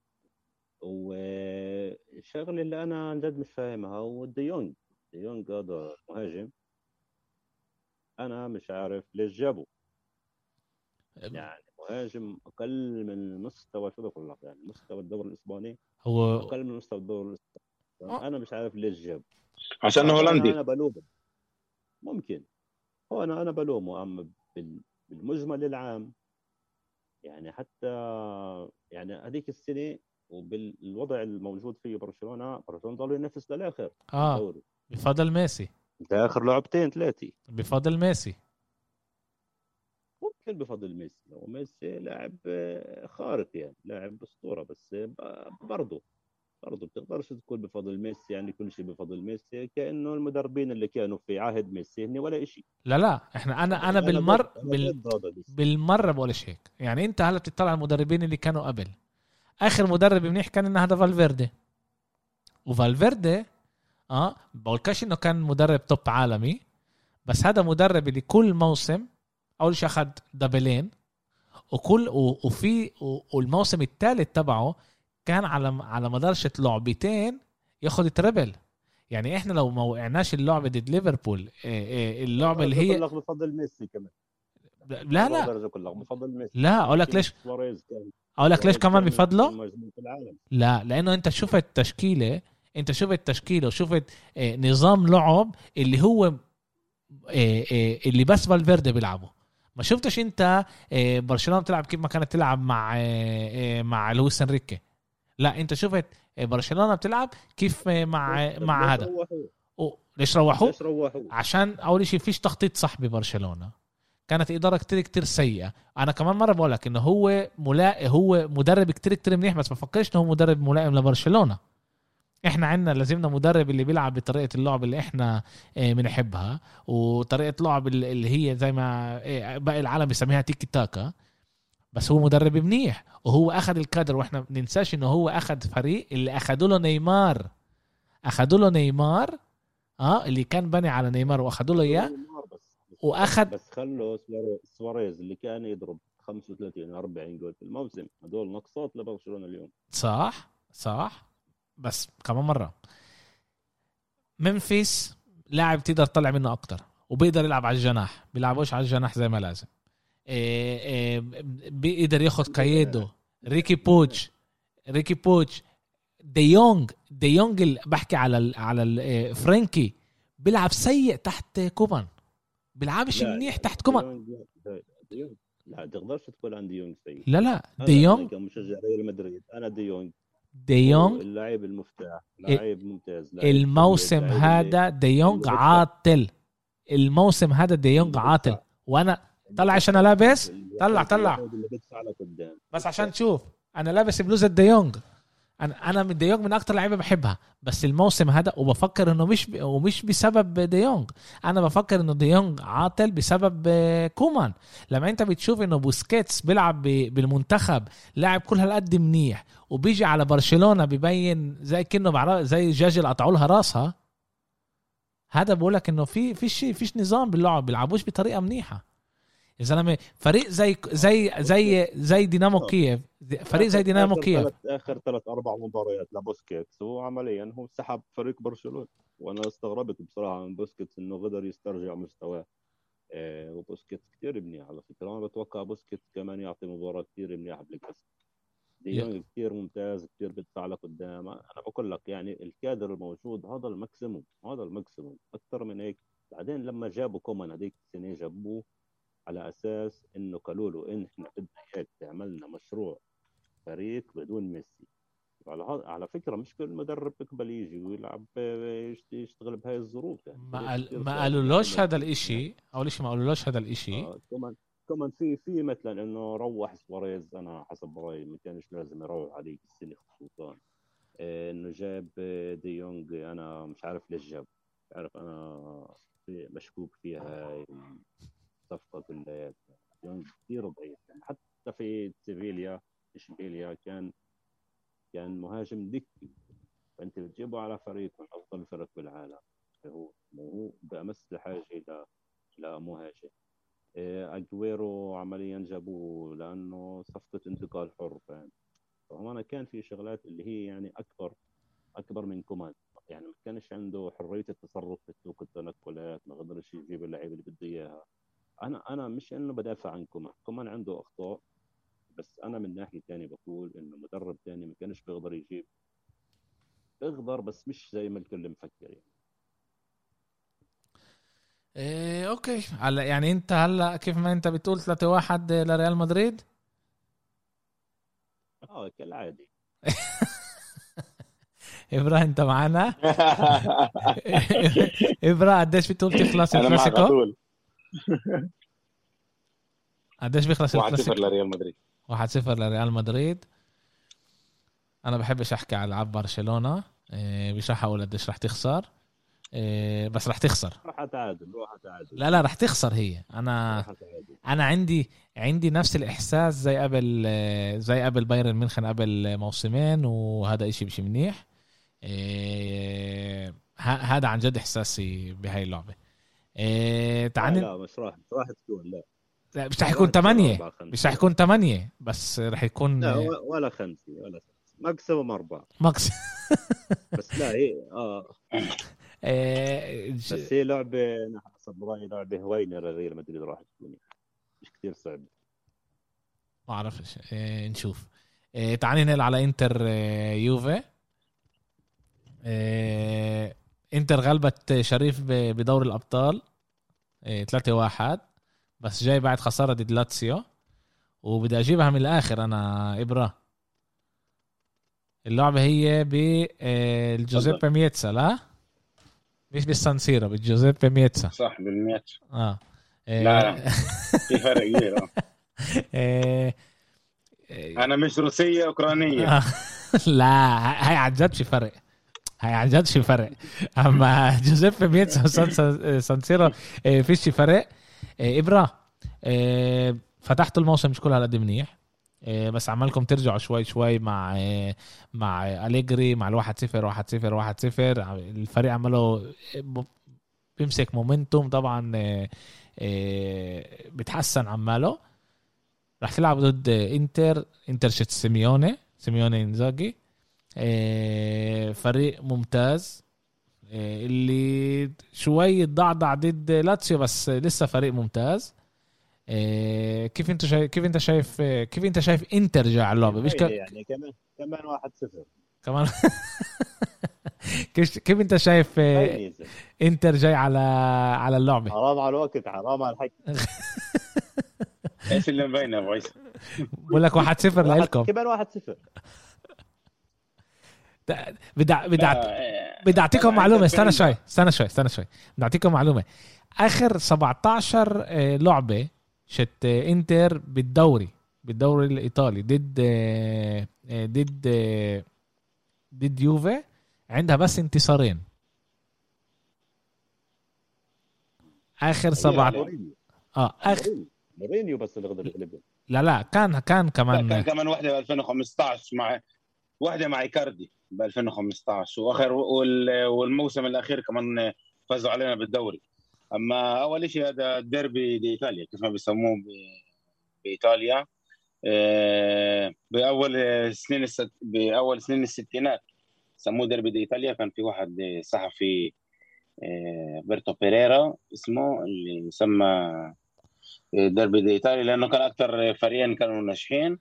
والشغله اللي انا عن جد مش فاهمها هو ديونج ديونج هذا مهاجم انا مش عارف ليش جابه يعني مهاجم اقل من مستوى شو بقول لك يعني مستوى الدوري الاسباني هو اقل من مستوى الدوري الاسباني انا مش عارف ليش جابه عشان هولندي انا بلومه ممكن هو انا انا بلومه اما بالمجمل العام يعني حتى يعني هذيك السنه وبالوضع الموجود فيه برشلونه برشلونه ضل ينافس للاخر اه الدوري. بفضل ميسي ده اخر لعبتين ثلاثه بفضل ميسي ممكن بفضل ميسي لو ميسي لاعب خارق يعني لاعب اسطوره بس برضه برضه بتقدرش تقول بفضل ميسي يعني كل شيء بفضل ميسي كانه المدربين اللي كانوا في عهد ميسي هن ولا شيء لا لا احنا انا انا بالمر بال... بالمره بقولش هيك يعني انت هلا بتطلع على المدربين اللي كانوا قبل اخر مدرب منيح كان انه هذا فالفيردي وفالفيردي اه بقولكش انه كان مدرب توب عالمي بس هذا مدرب اللي كل موسم اول شيء اخذ دبلين وكل وفي والموسم الثالث تبعه كان على على مدارشة لعبتين ياخد تريبل يعني احنا لو ما وقعناش اللعبه ضد ليفربول اللعبه اللي هي كلها بفضل ميسي كمان لا لا كلها بفضل ميسي لا اقول لك ليش اقول لك ليش كمان بفضله لا لانه انت شفت التشكيله انت شفت التشكيله وشفت نظام لعب اللي هو اللي بس فالفيردي بيلعبه ما شفتش انت برشلونه بتلعب كيف ما كانت تلعب مع مع لويس انريكي لا انت شفت برشلونه بتلعب كيف مع مع هذا ليش روحوا عشان اول شيء فيش تخطيط صح ببرشلونه كانت اداره كتير كتير سيئه انا كمان مره بقول لك انه هو ملا هو مدرب كتير كتير منيح بس ما فكرش انه هو مدرب ملائم لبرشلونه احنا عندنا لازمنا مدرب اللي بيلعب بطريقه اللعب اللي احنا بنحبها وطريقه لعب اللي هي زي ما باقي العالم بيسميها تيكي تاكا بس هو مدرب منيح وهو اخذ الكادر واحنا ننساش انه هو اخذ فريق اللي اخذوا له نيمار اخذوا له نيمار اه اللي كان بني على نيمار واخذوا له اياه واخذ بس خلوا سواريز اللي كان يضرب خمسة وثلاثين أربعين جول في الموسم هذول نقصات لبرشلونه اليوم صح صح بس كمان مرة منفيس لاعب تقدر تطلع منه أكتر وبيقدر يلعب على الجناح بيلعبوش على الجناح زي ما لازم إيه إيه بيقدر ياخد كايدو ريكي بوتش ريكي بوتش ديونغ ديونغ اللي بحكي على ال على ال فرانكي بيلعب سيء تحت كومان بيلعبش منيح تحت كومان لا تقدرش تقول عن ديونغ سيء لا لا ديونغ كمشجع ريال مدريد أنا ديونغ ديونج اللاعب المفتاح، لاعب ممتاز. لاعب الموسم لاعب هذا ديونج اللي عاطل. الموسم هذا ديونج عاطل. وانا طلع عشان انا لابس طلع طلع اللي بدفع لك قدام بس عشان تشوف انا لابس بلوزة ديونج. انا انا من ديونج من اكتر لعيبه بحبها، بس الموسم هذا وبفكر انه مش ب... ومش بسبب ديونج. انا بفكر انه ديونج عاطل بسبب كومان. لما انت بتشوف انه بوسكيتس بيلعب ب... بالمنتخب لاعب كل هالقد منيح، وبيجي على برشلونة بيبين زي كأنه بعرف زي جاجل قطعوا لها راسها. هذا بقولك انه في في شيء فيش نظام باللعب، بيلعبوش بطريقه منيحه يا زلمه. فريق زي زي زي زي دينامو كييف، فريق زي دينامو كييف اخر ثلاث اربع مباريات لبوسكيتس هو عمليا هو سحب فريق برشلونه. وانا استغربت بصراحه من بوسكيتس انه قدر يسترجع مستواه. آه وبوسكيتس كتير منيح على فكره. انا بتوقع بوسكيتس كمان يعطي مباراه كتير منيحه بالكاس. ديونج كتير ممتاز، كتير بدفع لك قدام. انا بقول لك يعني الكادر الموجود هذا الماكسيموم، هذا الماكسيموم اكثر من هيك. بعدين لما جابوا كومان هذيك السنه جابوه على اساس انه قالوا له ان احنا بدنا اياك تعملنا مشروع فريق بدون ميسي. على على فكره مش كل مدرب بيقبل يجي ويلعب يشتغل بهاي الظروف يعني. ما قال ما قالولوش هذا الاشي اول شيء ما قالولوش هذا الاشي. آه كمان كمان في في مثلا انه روح سواريز. انا حسب رايي ما كانش لازم يروح عليك السنه خصوصا. آه انه جاب ديونج. انا مش عارف ليش جاب، مش عارف. انا مشكوك فيها الصفقه كلها. ديونج كثير ضعيف يعني. حتى في سيفيليا اشبيليا كان كان مهاجم دكي، فانت بتجيبه على فريق من افضل الفرق بالعالم. هو هو بامس الحاجه الى لمهاجم. اجويرو عمليا جابوه لانه صفقه انتقال حر. فاهم؟ فهنا كان في شغلات اللي هي يعني اكبر اكبر من كومان. يعني ما كانش عنده حريه التصرف في سوق التنقلات، ما قدرش يجيب اللعيبه اللي بده اياها. انا انا مش انه بدافع عن كومان، كومان عنده اخطاء، بس انا من ناحيه ثانيه بقول انه مدرب ثاني ما كانش بيقدر يجيب. بيقدر بس مش زي ما الكل مفكر يعني. إيه اوكي. هلا يعني انت هلا كيف ما انت بتقول ثلاثة واحد لريال مدريد. اه كالعادي. ابراهيم انت معنا. ابراهيم قديش بتقول تخلص الكلاسيكو؟ قديش بيخلص الكلاسيكو؟ واحد صفر لريال مدريد. واحد صفر لريال مدريد. انا بحبش احكي على العاب برشلونة. إيه مش رح اقول قديش رح تخسر. إيه بس رح تخسر. رح تعادل. رح تعادل. لا لا رح تخسر هي. انا انا عندي عندي نفس الاحساس زي قبل زي قبل بايرن ميونخ قبل موسمين، وهذا اشي مش منيح. إيه هذا عن جد احساسي بهاي اللعبة. إيه تعال لا مش راح مش راح تكون. لا لا مش رح يكون ثمانية. مش رح يكون ثمانية بس رح يكون لا ولا خمسة ولا ماكسيموم أربعة ماكس. بس لا هي اه إيه بس هي لعبة أنا حسب رأيي لعبة هوينة لريال مدريد راح تكون مش كتير صعبة. ما أعرفش. إيه نشوف. إيه تعالي نقل على إنتر إيه يوفي. إيه إنتر غلبت شريف بدور الأبطال إيه ثلاثة واحد، بس جاي بعد خسارة ضد لاتسيو. وبدي أجيبها من الآخر أنا إبرا. اللعبة هي بالجوزيبي ميتسا. لا مش بالسانسيرا، بالجوزيبي ميتسا. صح بالميتسا. اه لا لا في فرق كبير. اه انا مش روسية اوكرانية. لا هاي عن جد شي فرق. هاي عن جد شي فرق. اما جوزيبي ميتسا وسانسيرا فيش شي فرق. ابرا فتحتوا الموسم مش كل هالقد منيح، بس عمالكم ترجعوا شوي شوي مع مع أليجري مع الواحد صفر واحد صفر واحد صفر. الفريق عمله بيمسك مومنتوم طبعا بتحسن عماله. راح تلعب ضد انتر انتر شت سيميوني سيميوني إنزاغي. فريق ممتاز اللي شوي ضعضع ضد لاتسيو بس لسه فريق ممتاز. كيف انت شايف كيف انت شايف كيف انت شايف انتر جاي على اللعبه مش ك... يعني كمان كمان واحد صفر كمان. كيف كيف انت شايف انتر جاي على على اللعبه؟ حرام على الوقت، حرام على الحكي. ايش اللي مبينه ابو عيسى؟ بقول لك واحد صفر لكم كمان واحد صفر. بدي بدي بدي اعطيكم معلومه. استنى شوي استنى شوي استنى شوي بدي اعطيكم معلومه. اخر سبعتاشر لعبه شت انتر بالدوري بالدوري الايطالي ضد ضد ضد يوفي عندها بس انتصارين. اخر سبعة اه اخر مورينيو بس اللي قدر يغلبهم. لا لا كان كان كمان كان كمان واحده ب ألفين وخمسطعش مع واحده مع ايكاردي ب ألفين وخمسطعش واخر والموسم الاخير كمان فازوا علينا بالدوري. اما اول شيء هذا الديربي دي ايطاليا كيف ما بيسموه بايطاليا باول سنين الست... باول سنين الستينات سموه ديربي دي ايطاليا. كان في واحد صحفي بيرتو بيريرا اسمه اللي يسمى ديربي دي ايطاليا لانه كان اكثر فريقين كانوا ناجحين.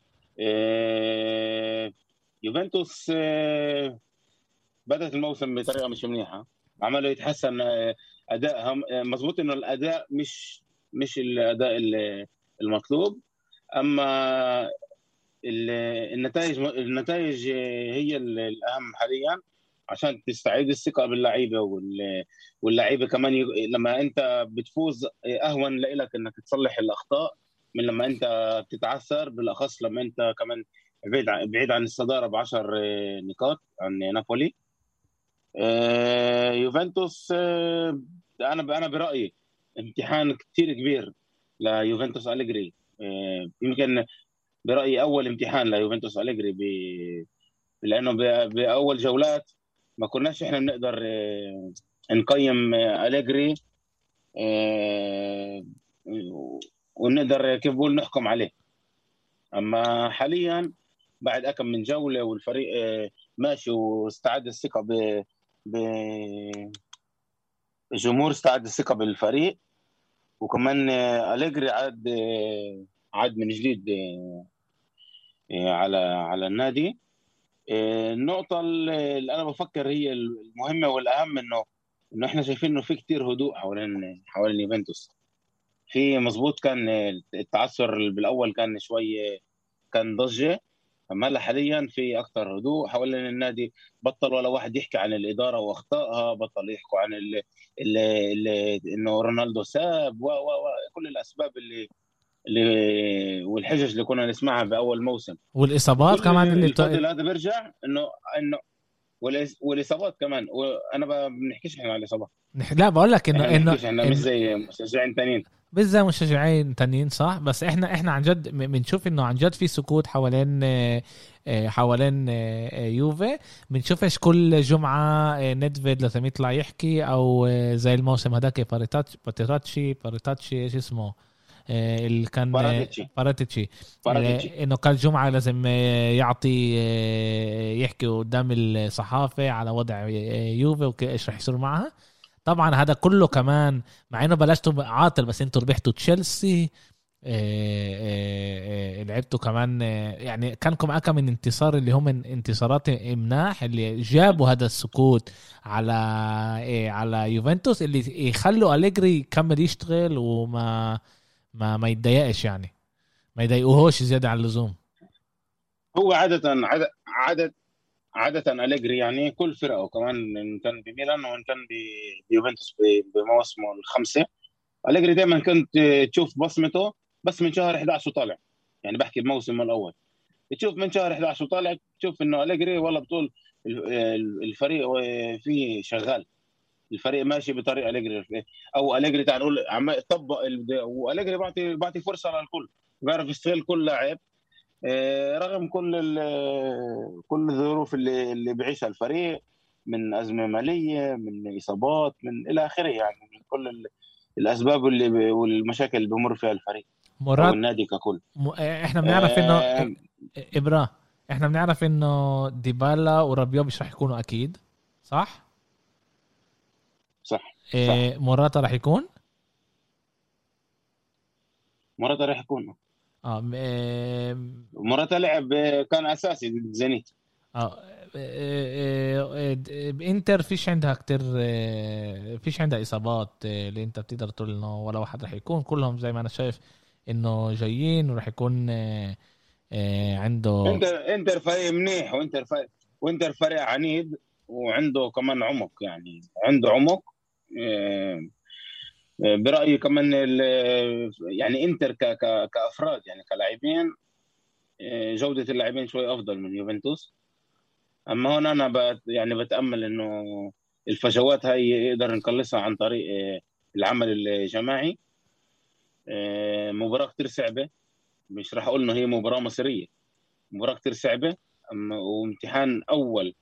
يوفنتوس بدأت الموسم بطريقه مش منيحه عملوا يتحسن ادائهم. مظبوط انه الاداء مش مش الاداء المطلوب اما النتائج النتائج هي الاهم حاليا عشان تستعيد الثقه باللعيبه واللعيبه كمان ي... لما انت بتفوز اهون لك انك تصلح الاخطاء من لما انت بتتعثر بالاخص لما انت كمان بعيد عن بعيد عن الصداره بعشر نقاط عن نابولي. يوفنتوس انا انا برايي امتحان كثير كبير ليوفنتوس أليجري. يمكن برايي اول امتحان ليوفنتوس أليجري ب... لانه باول جولات ما كناش احنا بنقدر نقيم أليجري ونقدر كيف بقول نحكم عليه. اما حاليا بعد اكم من جوله والفريق ماشي واستعاد الثقه ب الجمهور استعاد الثقه بالفريق وكمان أليجري عاد عاد من جديد على على النادي. النقطه اللي انا بفكر هي المهمه والاهم انه انه احنا شايفين انه في كتير هدوء حوالين حوالين يوفنتوس. في مظبوط كان التعثر بالاول كان شويه كان ضجه اما هلا حاليا في اكثر هدوء حوالين النادي. بطل ولا واحد يحكي عن الاداره واخطائها بطل يحكوا عن ال ال ال انه رونالدو ساب و كل الاسباب اللي اللي والحجج اللي كنا نسمعها باول موسم والاصابات كمان اللي الفضل هذا بيرجع انه انه والاصابات كمان. وانا ما بنحكيش احنا على الاصابات لا بقول لك انه انه احنا مش زي مشجعين ثانيين مش زي مشجعين تانيين صح. بس احنا احنا عن جد بنشوف انه عن جد في سكوت حوالين حوالين يوفي. بنشوفش كل جمعة ندفيد لازم يطلع يحكي او زي الموسم هداك باريتاتشي باريتاتشي باريتاتشي ايش اسمه اللي كان باراتيتشي انه كل جمعة لازم يعطي يحكي قدام الصحافة على وضع يوفي وايش رح يصير معها. طبعا هذا كله كمان مع انه بلشتوا عاطل بس انتوا ربحتوا تشيلسي لعبتوا كمان يعني كانكم أكا من انتصار اللي هم انتصارات مناح اللي جابوا هذا السكوت على على يوفنتوس اللي يخلوا أليجري يكمل يشتغل وما ما ما يتضايقش يعني ما يضايقوهوش زيادة عن اللزوم. هو عادة عادة عادة عادة أليجري يعني كل فرقه وكمان إن كان بميلان وإن كان بيوفنتوس بمواسمه الخمسة أليجري دائما كنت تشوف بصمته بس من شهر إحدى عشر وطالع. يعني بحكي الموسم الأول تشوف من شهر إحدى عشر وطالع تشوف إنه أليجري والله بطول الفريق فيه شغال الفريق ماشي بطريقة أليجري أو أليجري تعال نقول عم يطبق وأليجري بعطي بعطي فرصة للكل بيعرف يستغل كل لاعب رغم كل كل الظروف اللي اللي بيعيشها الفريق من أزمة مالية من إصابات من إلى آخره يعني من كل الأسباب اللي والمشاكل اللي بمر فيها الفريق أو النادي ككل. م... إحنا بنعرف إنه آه... إبرا إحنا بنعرف إنه ديبالا ورابيو مش رح يكونوا أكيد صح؟ صح, إيه صح. موراتا رح يكون موراتا رح يكون اه م... موراتا لعب كان اساسي ضد زينيت. اه انتر فيش عندها كتير فيش عندها اصابات اللي انت بتقدر تقول انه ولا واحد رح يكون كلهم زي ما انا شايف انه جايين ورح يكون عنده انتر انتر فريق منيح وانتر فريق وانتر فريق عنيد وعنده كمان عمق، يعني عنده عمق. برأيي كمان يعني انتر كأفراد يعني كلاعبين جودة اللاعبين شوي أفضل من يوفنتوس. أما هون أنا بت يعني بتأمل إنه الفجوات هاي يقدر نقلصها عن طريق العمل الجماعي. مباراة كتير صعبة، مش راح أقول إنه هي مباراة مصيرية، مباراة كتير صعبة وامتحان أول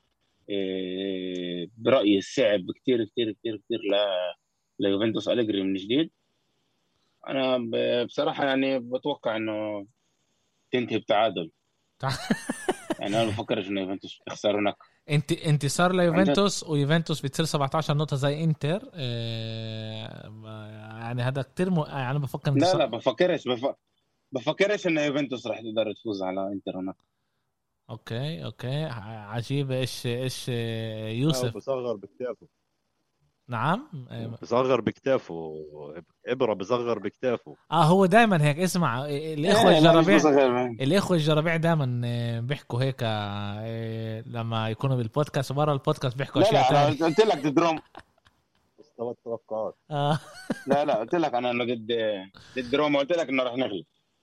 برأيي صعب كتير كتير كتير كتير ليوفنتوس أليجري من جديد. أنا بصراحة يعني بتوقع إنه تنتهي بتعادل. يعني أنا بفكرش إنه يوفنتوس يخسر هناك. انت انتصار ليوفنتوس ويوفنتوس بتصير سبعتاشر نقطة زي انتر. اه يعني هذا كتير م... يعني بفكر لا لا بفكرش بف... بفكرش إنه يوفنتوس راح تقدر تفوز على انتر هناك. اوكي اوكي عجيب. ايش ايش يوسف بصغر بكتافه. نعم بصغر بكتافه، إبرة بصغر بكتافه. اه هو دايما هيك. اسمع الاخوه إيه الجرابيع الاخوه الجرابيع دايما بيحكوا هيك لما يكونوا بالبودكاست وبرا البودكاست بيحكوا اشياء ثانيه. لا لا قلت لك ضد روما استوى التوقعات. اه لا لا قلت لك انا انه ضد ضد روما، قلت لك انه راح نغلب.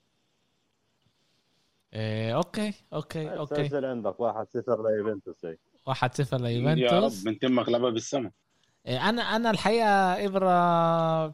إيه اوكي اوكي اوكي سجل عندك واحد صفر ليوفنتوس. واحد صفر ليوفنتوس يا رب من تمك لبا بالسما. إيه انا انا الحقيقه ابره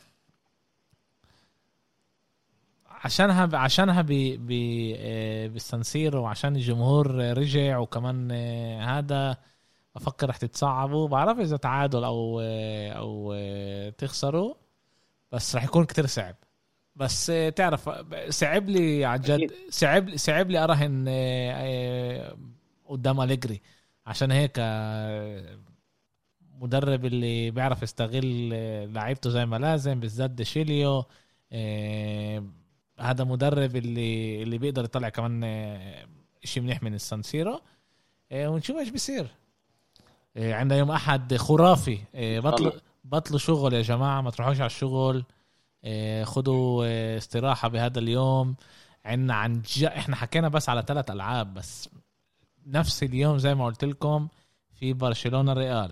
عشانها عشانها ب ب بالسانسيرو وعشان الجمهور رجع وكمان هذا افكر رح تتصعبوا. بعرف اذا تعادل او او تخسروا، بس رح يكون كتير صعب. بس تعرف صعب لي عن جد، صعب صعب لي اراهن قدام أليجري. عشان هيك مدرب اللي بيعرف يستغل لعيبته زي ما لازم، بالذات ديشيليو. هذا مدرب اللي اللي بيقدر يطلع كمان شيء منيح من السانسيرو. ونشوف ايش بيصير. عندنا يوم احد خرافي. بطلوا بطلوا شغل يا جماعه، ما تروحوش على الشغل، خدوا استراحه بهذا اليوم. عندنا عن ج... احنا حكينا بس على ثلاث العاب، بس نفس اليوم زي ما قلت لكم في برشلونه ريال،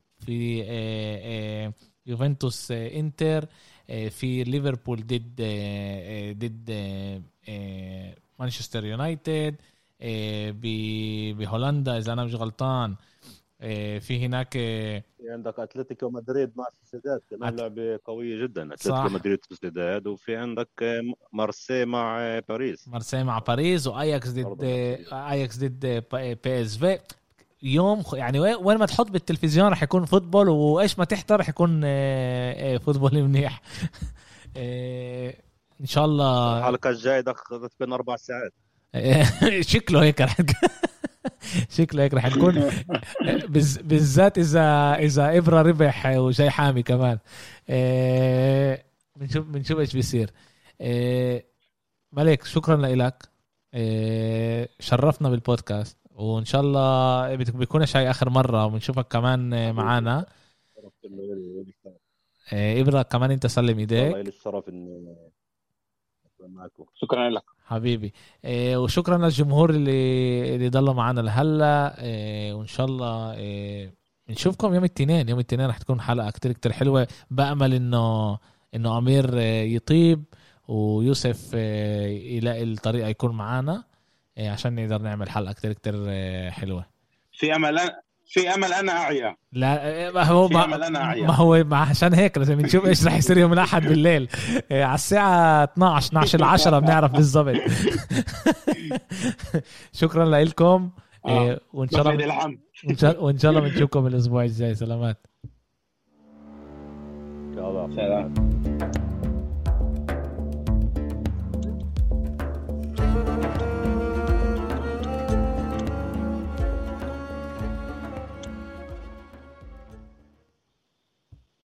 في يوفنتوس انتر، في ليفربول ضد ضد مانشستر يونايتد، بهولندا اذا انا مش غلطان. في هناك عندك اتلتيكو مدريد مع سوسيداد كمان لعبه قويه جدا. اتلتيكو مدريد سوسيداد، وفي عندك مارسي مع باريس مارسي مع باريس، واياكس ضد اياكس ضد بي اس في. يوم يعني وين ما تحط بالتلفزيون رح يكون فوتبول، وايش ما تحضر رح يكون فوتبول منيح. ان شاء الله الحلقه الجايه اخذت بين اربع ساعات. شكله هيك رح شكله هيك رح نكون بالذات اذا اذا ابره ربح وجاي حامي كمان. بنشوف بنشوف ايش بيصير. ملك شكرا لك، شرفنا بالبودكاست، وان شاء الله بيكون شيء اخر مره وبنشوفك كمان معنا. ابره كمان انت سلم ايديك. والله الشرف اني معكم. شكرا لك حبيبي. إيه وشكرا للجمهور اللي اللي ضلوا معنا لهلا. إيه وان شاء الله إيه نشوفكم يوم الاثنين. يوم الاثنين رح تكون حلقه كتير كتير حلوه. بأمل انه انه امير يطيب ويوسف يلاقي الطريقه يكون معنا عشان نقدر نعمل حلقه كتير كتير حلوه. في امل في امل انا اعيا. لا ما هو ما, ما هو ما عشان هيك لازم نشوف ايش رح يصير يوم الاحد بالليل على الساعه اثناشر اثناشر العشرة بنعرف بالضبط. شكرا لكم. آه. وان شاء الله وان شاء الله بنشوفكم الاسبوع الجاي. سلامات. سلام.